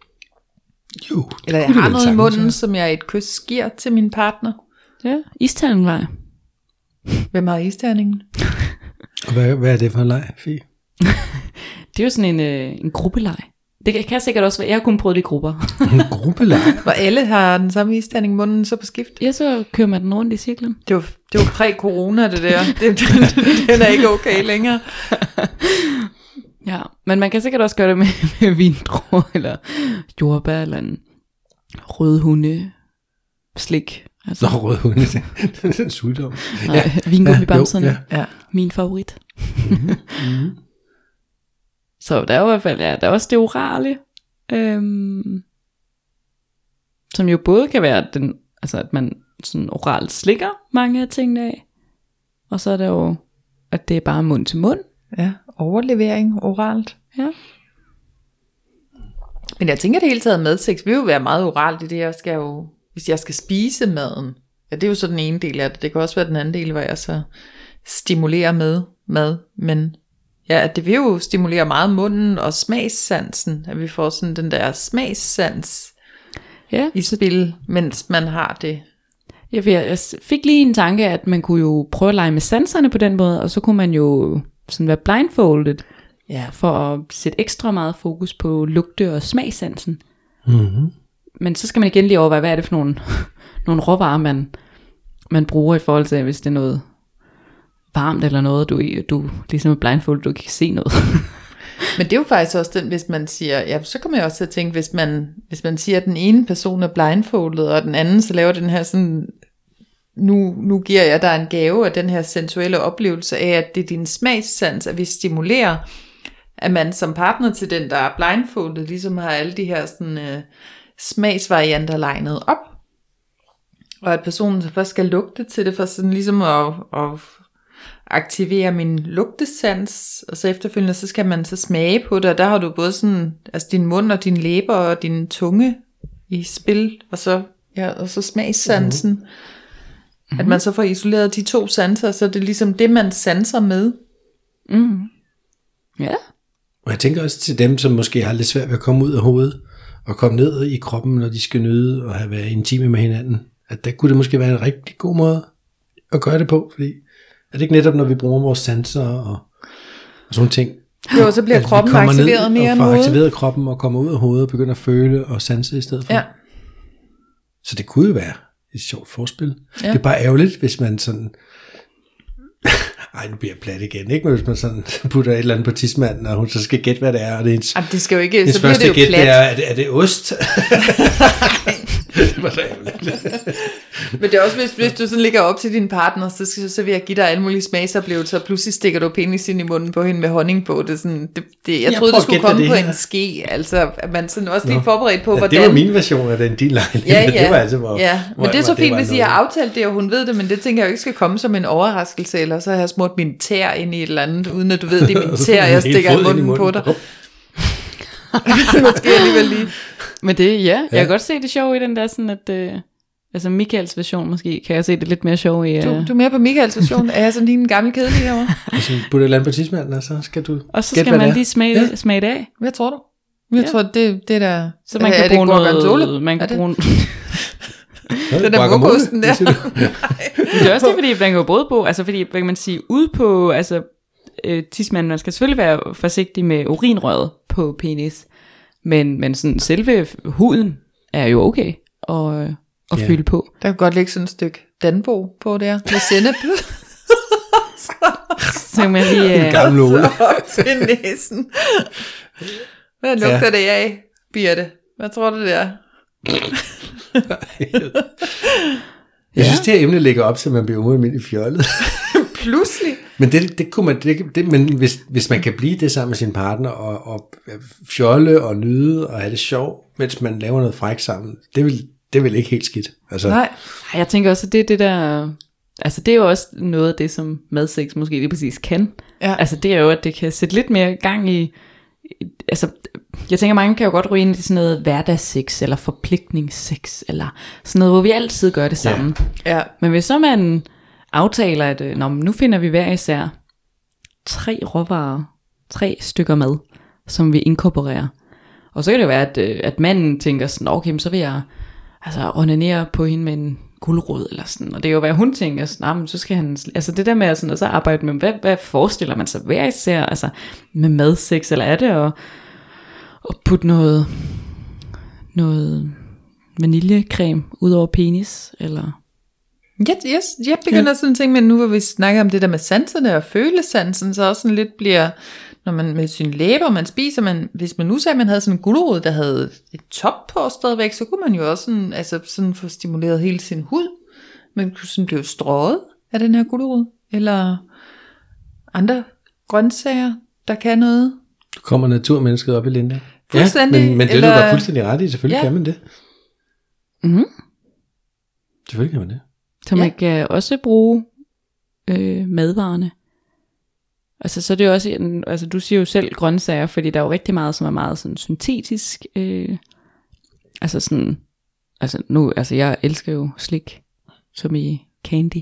Speaker 2: Jo.
Speaker 4: Eller jeg har noget i munden, som jeg et kys giver til min partner.
Speaker 3: Ja, isterningleg.
Speaker 4: Hvem har isterningen?
Speaker 2: Og hvad er det for en leg, Fie?
Speaker 3: Det er jo sådan en gruppeleg. Det kan sikkert også være, jeg har kun prøvet det i grupper.
Speaker 2: En gruppeleg?
Speaker 4: Hvor alle har den samme isterning i munden, så på skift?
Speaker 3: Ja, så kører man den rundt i cirklen.
Speaker 4: Det var præ-corona, det der. Den er ikke okay længere.
Speaker 3: Ja, men man kan sikkert også gøre det med vindruer, eller jordbær, eller en rødhunde slik. Altså.
Speaker 2: Nå, rødhunde, det er en sygdom.
Speaker 3: Ja, vingummibamserne.
Speaker 4: Ja.
Speaker 3: Min favorit. Så der er jo i hvert fald, der er også det orale, som jo både kan være, at man sådan oralt slikker mange af tingene af, og så er der jo, at det er bare mund til mund.
Speaker 4: Ja, overlevering oralt.
Speaker 3: Ja.
Speaker 4: Men jeg tænker det hele taget madsex vil jo være meget oralt i det, jeg skal jo, hvis jeg skal spise maden. Ja, det er jo så den ene del af det. Det kan også være den anden del, hvor jeg så stimulerer med mad. Men ja, at det vil jo stimulere meget munden og smagssansen. At vi får sådan den der smagssans i spil, mens man har det.
Speaker 3: Jeg fik lige en tanke, at man kunne jo prøve at lege med sanserne på den måde, og så kunne man jo sådan være blindfolded, for at sætte ekstra meget fokus på lugte- og smagssansen.
Speaker 2: Mm-hmm.
Speaker 3: Men så skal man igen lige overveje, hvad er det for nogle råvarer, man bruger i forhold til, hvis det er noget varmt eller noget, du ligesom er blindfolded, du ikke kan se noget.
Speaker 4: Men det er jo faktisk også den, hvis man siger, ja, så kommer jeg også til at tænke, hvis man siger, at den ene person er blindfolded, og den anden så laver den her sådan, nu giver jeg dig en gave af den her sensuelle oplevelse af, at det er din smagssans, at vi stimulerer, at man som partner til den, der er blindfolded, ligesom har alle de her sådan, smagsvarianter legnet op, og at personen så først skal lugte til det, for sådan ligesom at aktivere min lugtesans, og så efterfølgende, så skal man så smage på det, og der har du både sådan, altså din mund og din læber og din tunge i spil, og så smagssansen, at man så får isoleret de to sanser, så det er ligesom det, man sanser med.
Speaker 3: Ja.
Speaker 2: Og jeg tænker også til dem, som måske har lidt svært ved at komme ud af hovedet, og komme ned i kroppen, når de skal nyde og have været intime med hinanden, at der kunne det måske være en rigtig god måde at gøre det på, fordi er det ikke netop, når vi bruger vores sanser og sådan ting?
Speaker 4: Jo, så bliver kroppen aktiveret mere end
Speaker 2: hovedet. Og får
Speaker 4: aktiveret
Speaker 2: aktiveret kroppen og kommer ud af hovedet og begynder at føle og sanse i stedet for.
Speaker 4: Ja.
Speaker 2: Så det kunne jo være et sjovt forspil.
Speaker 4: Ja.
Speaker 2: Det er bare ærgerligt, hvis man sådan... Ej, nu bliver jeg plat igen, ikke? Men hvis man sådan putter et eller andet på tidsmanden, og hun så skal gætte, hvad det er. Og det er ens,
Speaker 4: det skal jo ikke, så bliver
Speaker 2: første
Speaker 4: det jo
Speaker 2: gæt,
Speaker 4: plat.
Speaker 2: det er det ost? Det var så ærgerligt.
Speaker 4: Men det er også, hvis du sådan ligger op til din partner, så vil jeg give dig alle mulige smagsoplevelser, og pludselig stikker du penis ind i munden på hende med honning på. Det er sådan, jeg troede, det skulle komme på en ske. Altså, at man sådan også lige forberedt på, hvordan...
Speaker 2: Det var min version af den din lejlighed.
Speaker 4: Ja.
Speaker 2: Det var altså, hvor
Speaker 4: men det er så fint, hvis I har aftalt det, og hun ved det, men det tænker jeg jo ikke skal komme som en overraskelse, eller så har jeg smurt min tær ind i et eller andet, uden at du ved, det er min tær, jeg stikker i munden på dig. Måske alligevel lige.
Speaker 3: Men det, jeg kan godt se det sjove i den der sådan, at Altså Michaels version måske, kan jeg se det lidt mere sjov i...
Speaker 4: Du er mere på Michaels version. Er jeg sådan lige en gammel kedelig herovre?
Speaker 2: Og så putter et land på tidsmanden, og så skal du...
Speaker 3: Og så skal man lige smage det af.
Speaker 4: Hvad tror du? Jeg tror, det der...
Speaker 3: Så man kan bruge noget... Man kan bruge...
Speaker 4: Den der mokosten der.
Speaker 3: Det er også det, fordi man kan både på... Altså fordi, hvad kan man sige, ude på... Altså tidsmanden, man skal selvfølgelig være forsigtig med urinrøret på penis. Men sådan selve huden er jo okay at fylde på.
Speaker 4: Der kan godt ligge sådan et stykke Danbo på der, med sennep.
Speaker 3: Så kan man lige...
Speaker 2: En gammel Ole.
Speaker 4: Til næsen. Hvad lugter det af, Birte? Hvad tror du det er?
Speaker 2: Jeg synes, det her emne ligger op til, at man bliver ualmindelig fjollet.
Speaker 4: Pludselig.
Speaker 2: Men det kunne man, men hvis man kan blive det sammen med sin partner, og fjolle og nyde, og have det sjov, mens man laver noget fræk sammen, det er vel ikke helt skidt. Altså.
Speaker 3: Nej, jeg tænker også, at det der... Altså det er jo også noget af det, som madsex måske lige præcis kan. Ja. Altså det er jo, at det kan sætte lidt mere gang i... Altså, jeg tænker, mange kan jo godt ryge ind i sådan noget hverdagssex, eller forpligtningssex, eller sådan noget, hvor vi altid gør det samme.
Speaker 4: Ja.
Speaker 3: Men hvis så man aftaler, at nu finder vi hver især 3 råvarer, 3 stykker mad, som vi inkorporerer. Og så kan det jo være, at manden tænker sådan, okay, så vil jeg onanere på hende med en gulerod eller sådan. Og det er jo, hvad hun tænker sådan, men så skal han, altså det der med sådan, at så arbejde med, hvad forestiller man sig hver især, altså med madsex, eller er det at putte noget vaniljecreme ud over penis, eller...
Speaker 4: Jeg begynder sådan at tænke, men nu hvor vi snakker om det der med sanserne og følesansen, så også sådan lidt bliver, når man med sine læber, man spiser, hvis man nu sagde, at man havde sådan en gulerod, der havde et top på stadigvæk, så kunne man jo også sådan, sådan få stimuleret hele sin hud. Man kunne sådan blive strøget af den her gulerod, eller andre grøntsager, der kan noget.
Speaker 2: Du kommer naturmennesket op i Linda.
Speaker 4: Fuldstændig.
Speaker 2: Ja, men det er du da fuldstændig ret i, selvfølgelig kan man det.
Speaker 3: Mm-hmm.
Speaker 2: Selvfølgelig kan man det.
Speaker 3: Så man kan også bruge madvarerne. Altså så er det jo også, altså du siger jo selv grøntsager, fordi der er jo rigtig meget, som er meget sådan syntetisk. Altså sådan, altså jeg elsker jo slik, som i candy.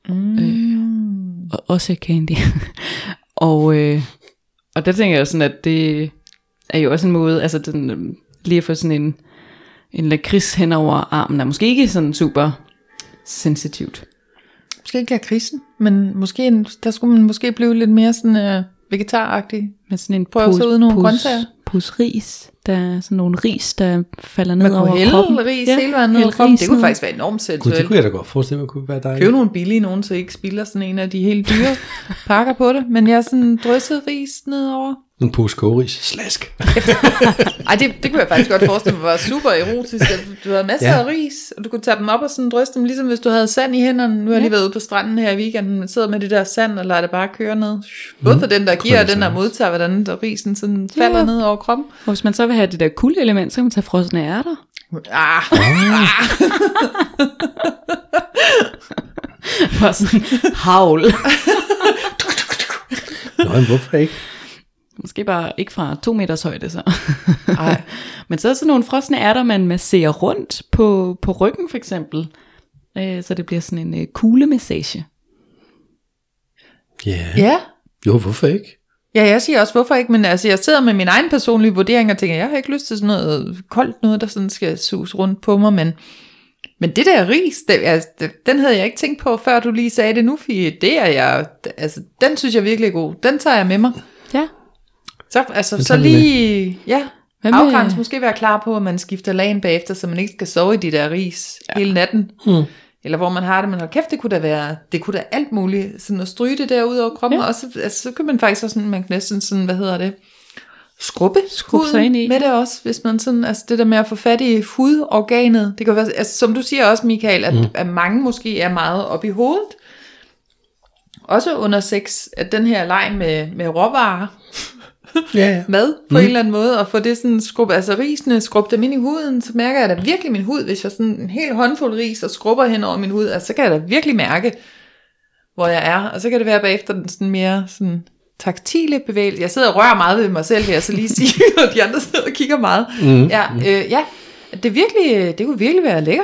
Speaker 3: Og også candy. og der tænker jeg sådan, at det er jo også en måde, altså den, lige at få sådan en lakrids hen over armen, er måske ikke sådan super sensitivt.
Speaker 4: Måske ikke lakridsen, men måske der skulle man måske blive lidt mere sådan vegetaragtig.
Speaker 3: Med sådan en pose ris, der er sådan nogle ris, der falder ned over kroppen.
Speaker 4: Man kunne hælde ris hele vejen ned over kroppen. Det kunne faktisk være enormt sensuelt.
Speaker 2: Det kunne jeg da godt forestille mig, kunne være dejligt.
Speaker 4: Køb nogle billige nogen, så I ikke spilder sådan en af de helt dyre pakker på det. Men jeg er sådan drysset ris nedover.
Speaker 2: En pose kogeris. Slask.
Speaker 4: Ej, det kunne jeg faktisk godt forestille mig var super erotisk. Du havde masser af ris, og du kunne tage dem op og sådan drysse dem, ligesom hvis du havde sand i hænderne. Nu har jeg lige været ude på stranden her i weekenden, man sidder med det der sand og lader det bare køre ned. Både for den, der giver, og den, der modtager, hvordan der risen sådan falder ned over kroppen.
Speaker 3: Og hvis man så vil have det der kuldeelement, så kan man tage frosne ærter. Bare sådan havl.
Speaker 2: Nå, men hvorfor ikke?
Speaker 3: Måske bare ikke fra 2 meters højde så. Men så er sådan nogle frosne ærter, man masserer rundt på ryggen for eksempel. Så det bliver sådan en kuglemassage.
Speaker 2: Ja. Jo, hvorfor ikke?
Speaker 4: Ja, jeg siger også, hvorfor ikke, men altså, jeg sidder med min egen personlige vurdering og tænker, jeg har ikke lyst til sådan noget koldt noget, der sådan skal sus rundt på mig, men det der ris, den havde jeg ikke tænkt på, før du lige sagde det nu, Fie. Det er jeg, altså, den synes jeg virkelig er god. Den tager jeg med mig.
Speaker 3: Ja.
Speaker 4: Så lige, afgrænse måske være klar på, at man skifter lagen bagefter, så man ikke skal sove i de der ris hele natten. Eller hvor man har det, men hold kæft, det kunne da alt muligt, sådan at stryge det der ud over kroppen, og så kan man faktisk også sådan, man kan næsten sådan, skrubbe sig ind i med det også, hvis man sådan, altså det der med at få fat i hudorganet, det kan være, altså som du siger også, Michael, at mange måske er meget op i hovedet, også under sex, at den her leg med råvarer, mad på en eller anden måde, og få det sådan risene, skrubbe dem ind i huden, så mærker jeg da virkelig min hud, hvis jeg sådan en hel håndfuld ris og skrubber hen over min hud, altså så kan jeg da virkelig mærke, hvor jeg er, og så kan det være bagefter den sådan mere sådan taktile bevægelse. Jeg sidder og rører meget ved mig selv, vil jeg så lige sige, og de andre sidder og kigger meget. Det kunne virkelig være lækkert.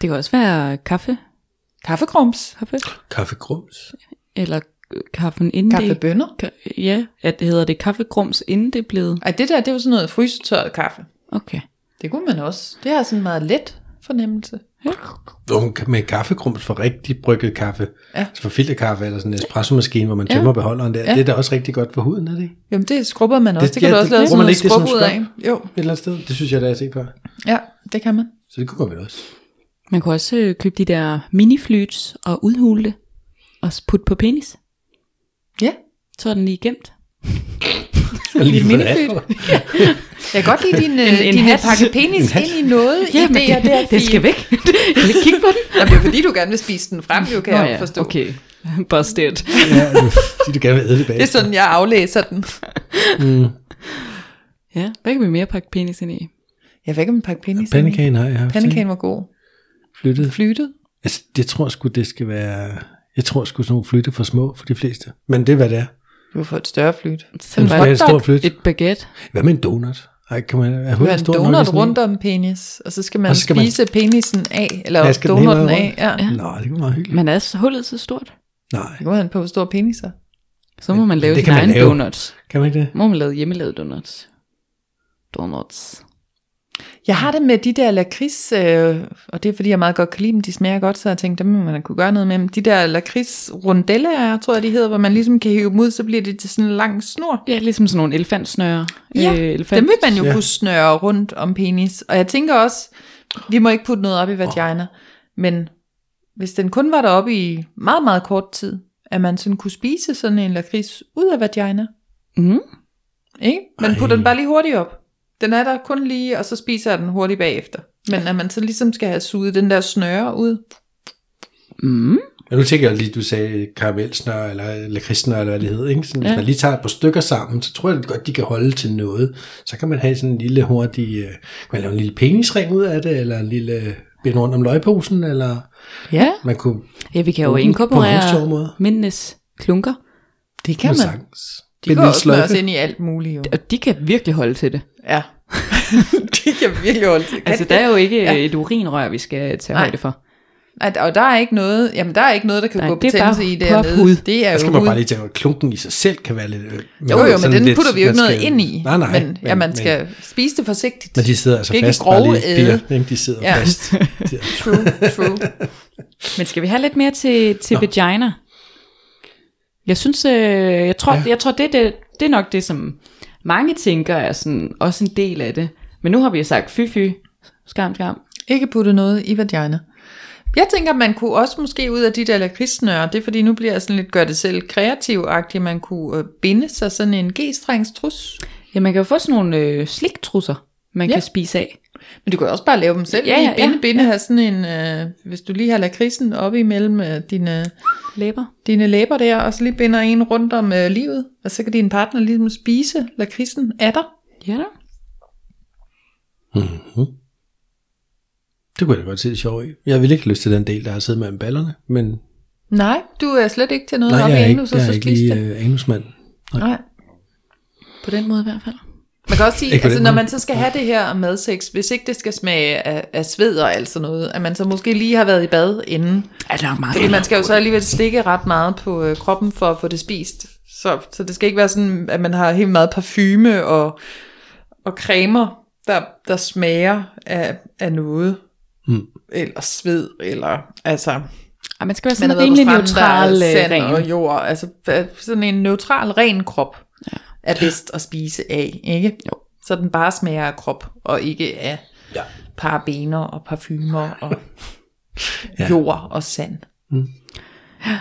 Speaker 3: Det kan også være kaffe.
Speaker 4: Kaffegrums.
Speaker 2: Kaffegrums.
Speaker 3: Eller kaffen inden
Speaker 4: Kaffebønner.
Speaker 3: Ja, at hedder det kaffegrums inden det er blevet.
Speaker 4: Ej, det er jo sådan noget frysetørret kaffe.
Speaker 3: Okay.
Speaker 4: Det kunne man også. Det har sådan en meget let fornemmelse.
Speaker 3: Ja.
Speaker 2: Med kaffegrums for rigtig brygget kaffe.
Speaker 4: Ja.
Speaker 2: Altså for filterkaffe eller sådan en espressomaskine, hvor man tømmer beholderen der. Ja. Det er da også rigtig godt for huden, er det ikke?
Speaker 4: Jamen det skrubber man også. Det kan du også lave sådan noget skrub ud af. Jo.
Speaker 2: Et eller andet sted. Det synes jeg, der er set før.
Speaker 4: Ja, det kan man.
Speaker 2: Så det kunne man også.
Speaker 3: Man kunne også købe de der miniflyts og udhule det. Og putte på penis.
Speaker 4: Ja.
Speaker 3: Så er den lige gemt.
Speaker 2: Lige
Speaker 4: miniflyt. Jeg kan godt lide din pakke penis ind i noget.
Speaker 3: Ja, men det skal væk. Jeg vil kigge på den.
Speaker 4: Jamen, det er fordi, du gerne vil spise den frem, jo kan jeg forstå.
Speaker 3: Okay, busted.
Speaker 2: Ja, du gerne vil æde det bag.
Speaker 4: Det er sådan, jeg aflæser den.
Speaker 3: Ja, hvad kan vi mere pakke penis ind i?
Speaker 4: Jeg ved ikke, om en pakke penis
Speaker 2: Pandekagen har jeg haft.
Speaker 4: Pandekagen var god.
Speaker 2: Flyttet? Altså, jeg tror sgu, det skal være... Jeg tror sgu sådan nogle flytte for små for de fleste. Men det er, hvad det er.
Speaker 4: Du har fået et større flyt.
Speaker 3: Sådan bare et stort flyt. Et baguette.
Speaker 2: Hvad med en donut? Ej, kan man
Speaker 4: have en donut rundt om penis, og så skal man spise penisen af, eller donuten af. Ja.
Speaker 2: Nå, det kunne meget hyggeligt.
Speaker 3: Men er hullet så stort?
Speaker 2: Nej.
Speaker 4: Det går an på, hvor stor penis er.
Speaker 3: Så må man lave sin egen donuts.
Speaker 2: Kan man ikke det?
Speaker 3: Må man lave hjemmelavet donuts.
Speaker 4: Jeg har det med de der lakrids, og det er fordi jeg meget godt kan lide dem, de smager godt, så jeg tænkte, dem må man kunne gøre noget med dem. De der lakrids rundeller, tror jeg de hedder, hvor man ligesom kan hive dem ud, så bliver det til sådan en lang snor.
Speaker 3: Ja, ligesom sådan nogle elefantsnøre.
Speaker 4: Ja, dem vil man jo kunne snøre rundt om penis. Og jeg tænker også, vi må ikke putte noget op i vagina, men hvis den kun var deroppe i meget, meget kort tid, at man sådan kunne spise sådan en lakrids ud af vagina. Ikke? Man putter den bare lige hurtigt op. Den er der kun lige, og så spiser jeg den hurtigt bagefter. Men at man så ligesom skal have suget den der snøre ud.
Speaker 2: Men nu tænker jeg lige, du sagde karamelsnør, eller lakridssnør, eller hvad det hedder. Ikke? Sådan, hvis man lige tager et par stykker sammen, så tror jeg godt, de kan holde til noget. Så kan man have sådan en lille hurtig, kan man lave en lille penisring ud af det, eller en lille bind rundt om løgposen, eller man kunne...
Speaker 3: Ja, vi kan jo inkorporere mændenes klunker.
Speaker 4: Det kan man.
Speaker 2: Sagtens.
Speaker 4: De kan også smøres ind i alt muligt. Jo.
Speaker 3: Og de kan virkelig holde til det.
Speaker 4: Ja. De kan virkelig holde til det.
Speaker 3: Altså, der er jo ikke et urinrør, vi skal tage højde for.
Speaker 4: Nej, og der er ikke noget, der kan gå betændelse i dernede.
Speaker 2: Det er jo skal man bare lige tænke, at klunken i sig selv kan være lidt...
Speaker 4: Jo, men den putter vi jo ikke noget ind i. Nej, men man skal spise det forsigtigt.
Speaker 2: Men de sidder altså fast, bare lige piger. De sidder fast.
Speaker 4: True.
Speaker 3: Men skal vi have lidt mere til vagina? Jeg synes, jeg tror det er nok det, som mange tænker er sådan, også en del af det. Men nu har vi jo sagt fy, skam.
Speaker 4: Ikke putte noget i vagina. Jeg tænker, man kunne også måske ud af de der lakridssnøre, det er fordi nu bliver jeg sådan lidt gør det selv kreativagtigt, man kunne binde sig sådan en g-strengstrus.
Speaker 3: Ja, man kan jo få sådan nogle sliktrusser, man kan spise af.
Speaker 4: Men du kan også bare lave dem selv. Binde have sådan en, hvis du lige har lakridsen oppe imellem dine læber der, og så lige binder en rundt om livet, og så kan din partner ligesom spise lakridsen af dig.
Speaker 3: Ja da.
Speaker 2: Det kunne jeg da godt se det sjovt i. Jeg vil ikke lyst til den del, der har siddet mellem ballerne, men...
Speaker 4: Nej, du er slet ikke til noget op i anus, og så spise det. Nej, jeg er
Speaker 2: ikke lige anusmand.
Speaker 4: Nej.
Speaker 3: På den måde i hvert fald.
Speaker 4: Man kan også sige, altså når man så skal have det her madsex, hvis ikke det skal smage af sved og alt sådan noget, at man så måske lige har været i bad inden. Fordi man skal jo så alligevel stikke ret meget på kroppen for at få det spist. Så det skal ikke være sådan, at man har helt meget parfume og cremer, der smager af noget. Eller sved, eller altså...
Speaker 3: Ja, man skal være sådan en rimelig neutral
Speaker 4: sand og jord. Altså sådan en neutral, ren krop er bedst at spise af, ikke? Jo. Så den bare smager af krop, og ikke af parabener og parfumer og jord og sand.
Speaker 3: Ja.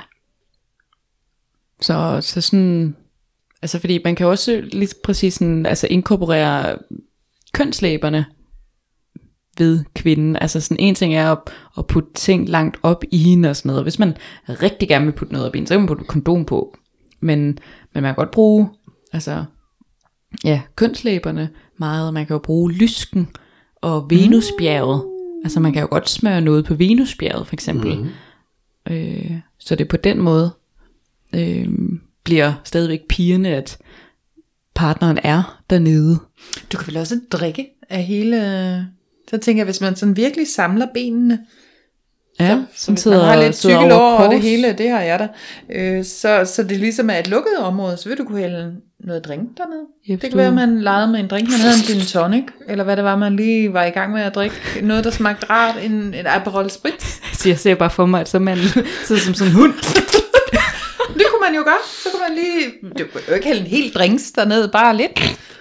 Speaker 3: Så sådan... Altså fordi man kan også lige præcis sådan, altså inkorporere kønslæberne ved kvinden. Altså sådan en ting er at putte ting langt op i hende og sådan noget. Og hvis man rigtig gerne vil putte noget op i hende, så kan man putte kondom på. Men man kan godt bruge kønslæberne meget. Man kan jo bruge lysken og Venusbjerget. Altså man kan jo godt smøre noget på Venusbjerget for eksempel. Så det på den måde bliver stadigvæk pigerne, at partneren er dernede.
Speaker 4: Du kan vel også drikke af hele... Så tænker jeg, hvis man sådan virkelig samler benene,
Speaker 3: Ja,
Speaker 4: så hvis man har lidt tykke lår og det hele, det har jeg da. Så det ligesom er et lukket område, så vil du kunne hælde noget drink dernede. Yep, det kan være, at man legede med en drink, man havde en gin tonic, eller hvad det var, man lige var i gang med at drikke. Noget, der smagte rart, en Aperol Spritz.
Speaker 3: Så jeg ser bare for mig, at så man sidder som sådan en hund.
Speaker 4: Det kunne man jo gøre. Så kunne man lige, det kunne jo ikke hælde en hel drinks dernede, bare lidt.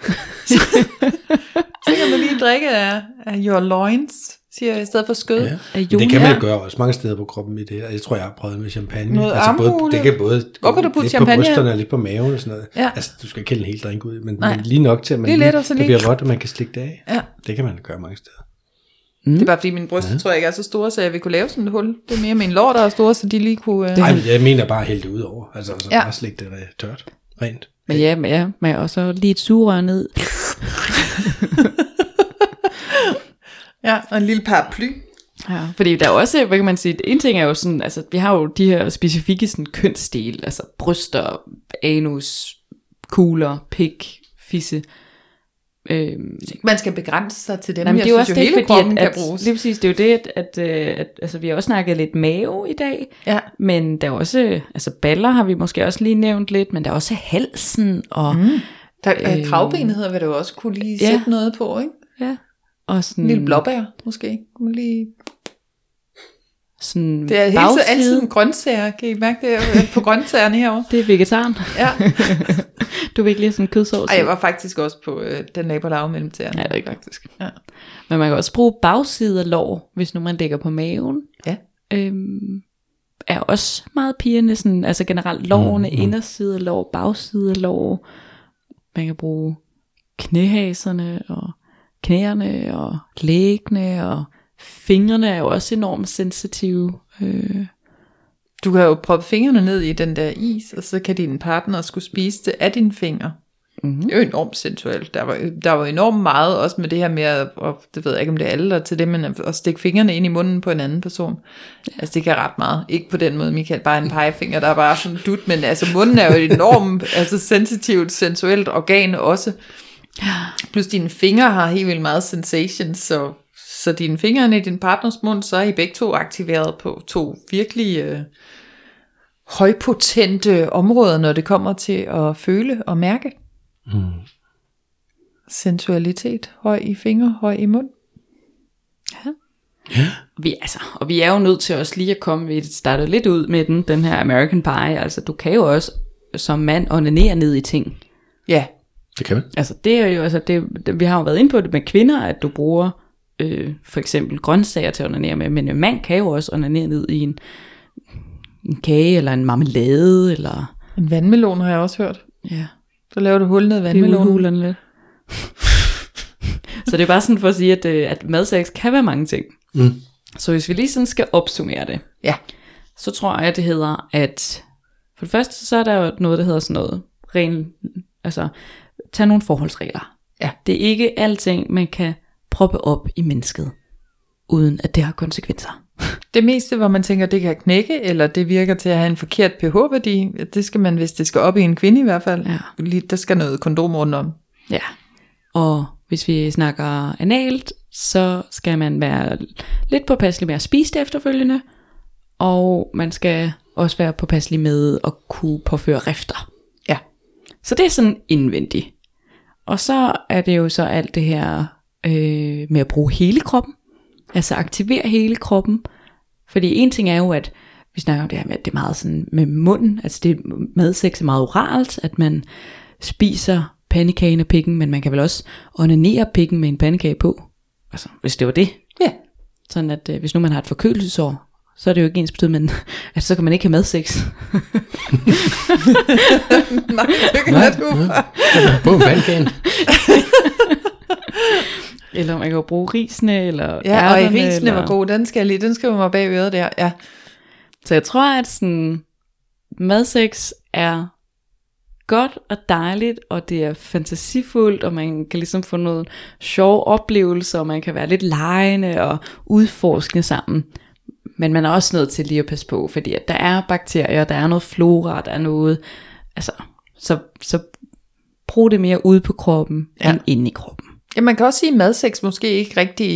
Speaker 4: Så kan man lige drikke af your loins, siger jeg, i stedet for skød.
Speaker 2: Ja. Det kan man gøre også mange steder på kroppen i det. Jeg tror, jeg har prøvet med champagne.
Speaker 4: Noget armhule.
Speaker 2: Det kan både
Speaker 4: hvor kan du putte
Speaker 2: lidt
Speaker 4: champagne
Speaker 2: på brysterne og lidt på maven og sådan noget.
Speaker 4: Ja.
Speaker 2: Altså, du skal ikke hælde en hel drink ud, men lige nok til, at man
Speaker 4: det
Speaker 2: bliver vådt, og man kan slikke det af.
Speaker 4: Ja.
Speaker 2: Det kan man gøre mange steder.
Speaker 4: Det er bare fordi mine bryster tror jeg ikke er så store, så jeg vil kunne lave sådan et hul. Det er mere mine lår, der er store, så de lige kunne...
Speaker 2: Nej, jeg mener bare at hælde det ud over. Altså bare slikke det tørt, rent.
Speaker 3: Men og så lige et sugerør ned.
Speaker 4: Ja, og en lille paraply.
Speaker 3: Ja, fordi der er også, hvad kan man sige, en ting er jo sådan, altså vi har jo de her specifikke sådan kønsdele, altså bryster, anus, kugler, pik, fisse.
Speaker 4: Man skal begrænse sig til dem.
Speaker 3: Jamen, det er jo også det,
Speaker 4: hele kroppen kan bruges.
Speaker 3: Lige præcis, det er jo det, at altså, vi har også snakket lidt mave i dag, men der er også, altså baller har vi måske også lige nævnt lidt, men der er også halsen og...
Speaker 4: Kravbenet hedder, vil du også kunne lige sætte noget på, ikke?
Speaker 3: Ja. Og sådan,
Speaker 4: en lille blåbær, måske. Kunne man lige...
Speaker 3: Sådan
Speaker 4: det er altid en grøntsager. Kan I mærke det på grøntsagerne herovre?
Speaker 3: Det er vegetaren.
Speaker 4: Ja.
Speaker 3: Du vil ikke lige sådan en kødsovs?
Speaker 4: Ej, jeg var faktisk også på den nabolave mellem tæerne.
Speaker 3: Ja, det er ikke faktisk. Ja. Men man kan også bruge bagside af lår, hvis nu man ligger på maven.
Speaker 4: Ja.
Speaker 3: Er også meget pigerne, sådan, altså generelt lårene, inderside af lår, bagside af lår. Man kan bruge knæhaserne og knæerne og læggene og fingrene er jo også enormt sensitive.
Speaker 4: Du kan jo proppe fingrene ned i den der is, og så kan din partner skulle spise det af dine fingre. Mm-hmm. Det er jo enormt sensuelt. Der var enormt meget også med det her med at, og det ved jeg ikke om det er alle der til det, men at stikke fingrene ind i munden på en anden person. Ja. Altså det kan ret meget. Ikke på den måde, Michael, bare en pegefinger, der er bare sådan dut, men altså munden er jo et enormt sensitivt, sensuelt organ også. Plus dine fingre har helt vildt meget sensation, så dine fingre i din partners mund, så er I begge to aktiveret på to virkelig højpotente områder, når det kommer til at føle og mærke. Sensualitet, høj i fingre, høj i mund.
Speaker 3: Ja. Vi er jo nødt til også lige at komme, vi startede lidt ud med den her American Pie, altså du kan jo også som mand onanere ned i ting.
Speaker 4: Ja.
Speaker 2: Det kan man.
Speaker 3: Altså det er jo, altså vi har jo været inde på det med kvinder, at du bruger for eksempel grøntsager til at onanere med, men en mand kan jo også onanere ned i en kage, eller en marmelade, eller...
Speaker 4: En vandmelon har jeg også hørt.
Speaker 3: Ja.
Speaker 4: Så laver du hul ned i vandmelonen.
Speaker 3: Lidt. Så det er bare sådan for at sige, at madsex kan være mange ting. Så hvis vi lige sådan skal opsummere det, så tror jeg, det hedder, at for det første, så er der jo noget, der hedder sådan noget, altså tag nogle forholdsregler. Ja. Det er ikke alting, man kan proppe op i mennesket, uden at det har konsekvenser.
Speaker 4: Det meste, hvor man tænker, det kan knække, eller det virker til at have en forkert pH-værdi, det skal man, hvis det skal op i en kvinde i hvert fald, der skal noget kondom rundt om.
Speaker 3: Ja, og hvis vi snakker analt, så skal man være lidt påpasselig med at spise det efterfølgende, og man skal også være påpasselig med at kunne påføre rifter.
Speaker 4: Ja.
Speaker 3: Så det er sådan indvendigt. Og så er det jo så alt det her med at bruge hele kroppen, altså aktivere hele kroppen, fordi en ting er jo, at vi snakker om det her med, at det er meget sådan med munden, altså det madsex er meget oralt, at man spiser pandekagen og pikken, men man kan vel også onanere pikken med en pandekage på, altså hvis det var det.
Speaker 4: Ja.
Speaker 3: Sådan at hvis nu man har et forkølelsesår, så er det jo ikke ens betydning, men at så kan man ikke have madsex.
Speaker 4: Nej, det kan jeg du.
Speaker 2: På pandekagen.
Speaker 3: Eller man kan jo bruge risene, eller
Speaker 4: ja, og risene var god, den skal mig bag øret der, ja.
Speaker 3: Så jeg tror, at sådan, madsex er godt og dejligt, og det er fantasifuldt, og man kan ligesom få noget sjove oplevelser, og man kan være lidt legende og udforskende sammen. Men man er også nødt til lige at passe på, fordi at der er bakterier, der er noget flora, der er noget, altså, så brug det mere ude på kroppen, end inde i kroppen.
Speaker 4: Ja, man kan også sige, at madsex måske ikke rigtig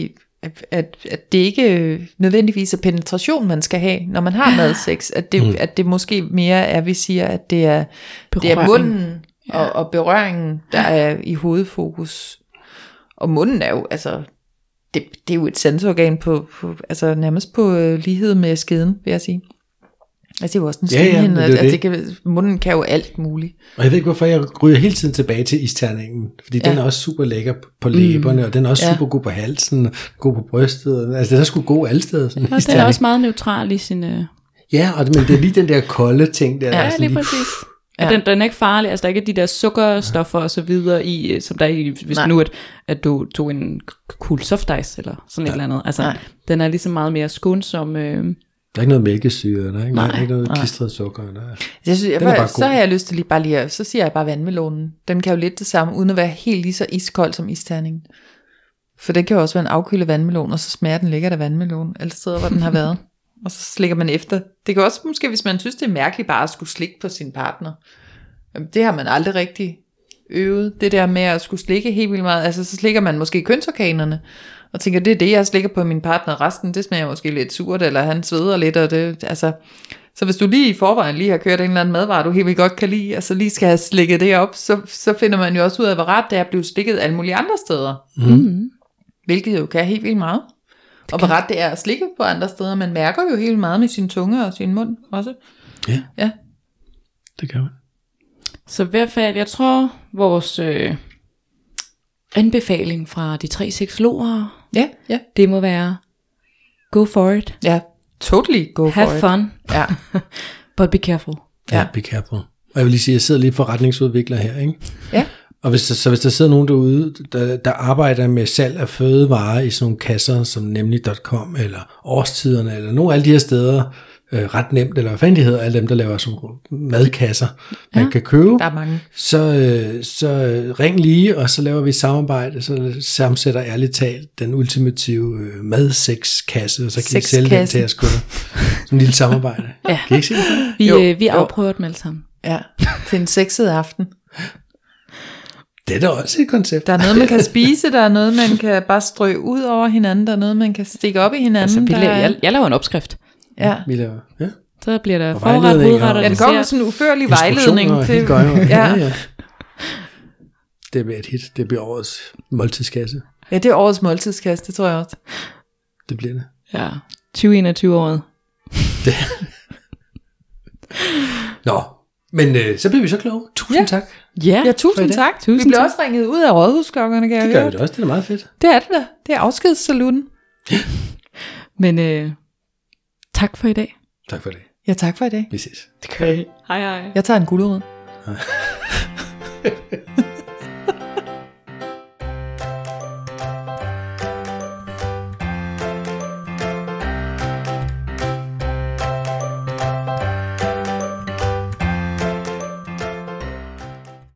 Speaker 4: at det ikke nødvendigvis er penetration, man skal have, når man har madsex. At det måske mere er, vi siger, at det er munden og berøringen, der er i hovedfokus. Og munden er jo, altså, det er jo et sanseorgan på altså nærmest på lighed med skeden, vil jeg sige. Altså det er jo også en slimhinde, munden kan jo alt muligt.
Speaker 2: Og jeg ved ikke hvorfor jeg ryger hele tiden tilbage til isterningen, fordi den er også super lækker på læberne, og den er også super god på halsen, god på brystet, altså den er sgu god alle steder. Sådan,
Speaker 3: og den er også meget neutral i sine...
Speaker 2: Ja, men det er lige den der kolde ting der.
Speaker 3: Ja, lige præcis. Ja. Den er ikke farlig, altså der er ikke de der sukkerstoffer og så videre i, som der er i, hvis nu at du tog en cool soft ice eller sådan et eller andet. Altså den er ligesom meget mere skånsom.
Speaker 2: Der er ikke noget mælkesyre, der er ikke noget klistret sukker.
Speaker 4: Så har jeg lyst til så siger jeg bare vandmelonen. Den kan jo lidt det samme, uden at være helt lige så iskold som isterningen. For det kan jo også være en afkølet vandmelon, og så smager den lækkert af vandmelon, alle steder, hvor den har været. Og så slikker man efter. Det kan også måske, hvis man synes, det er mærkeligt bare at skulle slikke på sin partner. Det har man aldrig rigtig øvet. Det der med at skulle slikke helt vildt meget. Altså så slikker man måske kønsorganerne. Og tænker, det er det, jeg slikker på min partner. Resten, det smager måske lidt surt, eller han sveder lidt. Og det, altså. Så hvis du lige i forvejen lige har kørt en eller anden madvare, du helt vildt godt kan lide, og så lige skal have slikket det op, så finder man jo også ud af, hvor rart det er at blive slikket alle mulige andre steder. Mm. Hvilket jo kan helt vildt meget. Og hvor ret det er at slikke på andre steder. Man mærker jo helt meget med sin tunge og sin mund også.
Speaker 2: Ja. Det kan man.
Speaker 3: Så i hvert fald, jeg tror, vores anbefaling fra de 3 seksologer, det må være go for it.
Speaker 4: Ja, totally go for it.
Speaker 3: Have fun.
Speaker 4: Ja.
Speaker 3: But be careful.
Speaker 2: Ja, be careful. Og jeg vil lige sige, jeg sidder lige forretningsudvikler her, ikke?
Speaker 4: Ja.
Speaker 2: Og hvis der sidder nogen derude, der arbejder med salg af fødevarer i sådan nogle kasser, som nemlig.com, eller Årstiderne, eller nogle af alle de her steder, ret nemt, eller hvad fanden de hedder, alle dem, der laver sådan madkasser, man kan købe.
Speaker 4: Der er mange.
Speaker 2: Så ring lige, og så laver vi et samarbejde, så sammensætter ærligt talt den ultimative madsex-kasse, og så kan I sælge den til os kunder. Sådan en lille samarbejde.
Speaker 3: Ja.
Speaker 2: Kan I ikke se det?
Speaker 3: Vi afprøver dem alle sammen.
Speaker 4: Ja, til en sexet aften.
Speaker 2: Det er da også et koncept.
Speaker 4: Der er noget, man kan spise, der er noget, man kan bare strø ud over hinanden, der er noget, man kan stikke op i hinanden.
Speaker 3: Altså, jeg laver en opskrift.
Speaker 4: Ja.
Speaker 2: Vi laver,
Speaker 3: Så bliver der forret, udret og
Speaker 4: det kommer sådan en uførlig vejledning til.
Speaker 2: Ja. Det bliver et hit. Det bliver årets måltidskasse.
Speaker 4: Ja, det er årets måltidskasse, det tror jeg også.
Speaker 2: Det bliver det.
Speaker 3: Ja, 2021-året.
Speaker 2: Nå, men så bliver vi så kloge. Tusind tak.
Speaker 3: Ja,
Speaker 4: tusind tak. Vi bliver også ringet ud af rådhusklokkerne, kan jeg høre.
Speaker 2: Det gør vi da også, det er meget fedt.
Speaker 4: Det er det da. Det er afskedssaluten.
Speaker 3: Men tak for i dag.
Speaker 2: Tak for det.
Speaker 4: Ja, tak for i dag.
Speaker 2: Vi ses.
Speaker 3: Okay. Hej.
Speaker 4: Jeg tager en gulerod.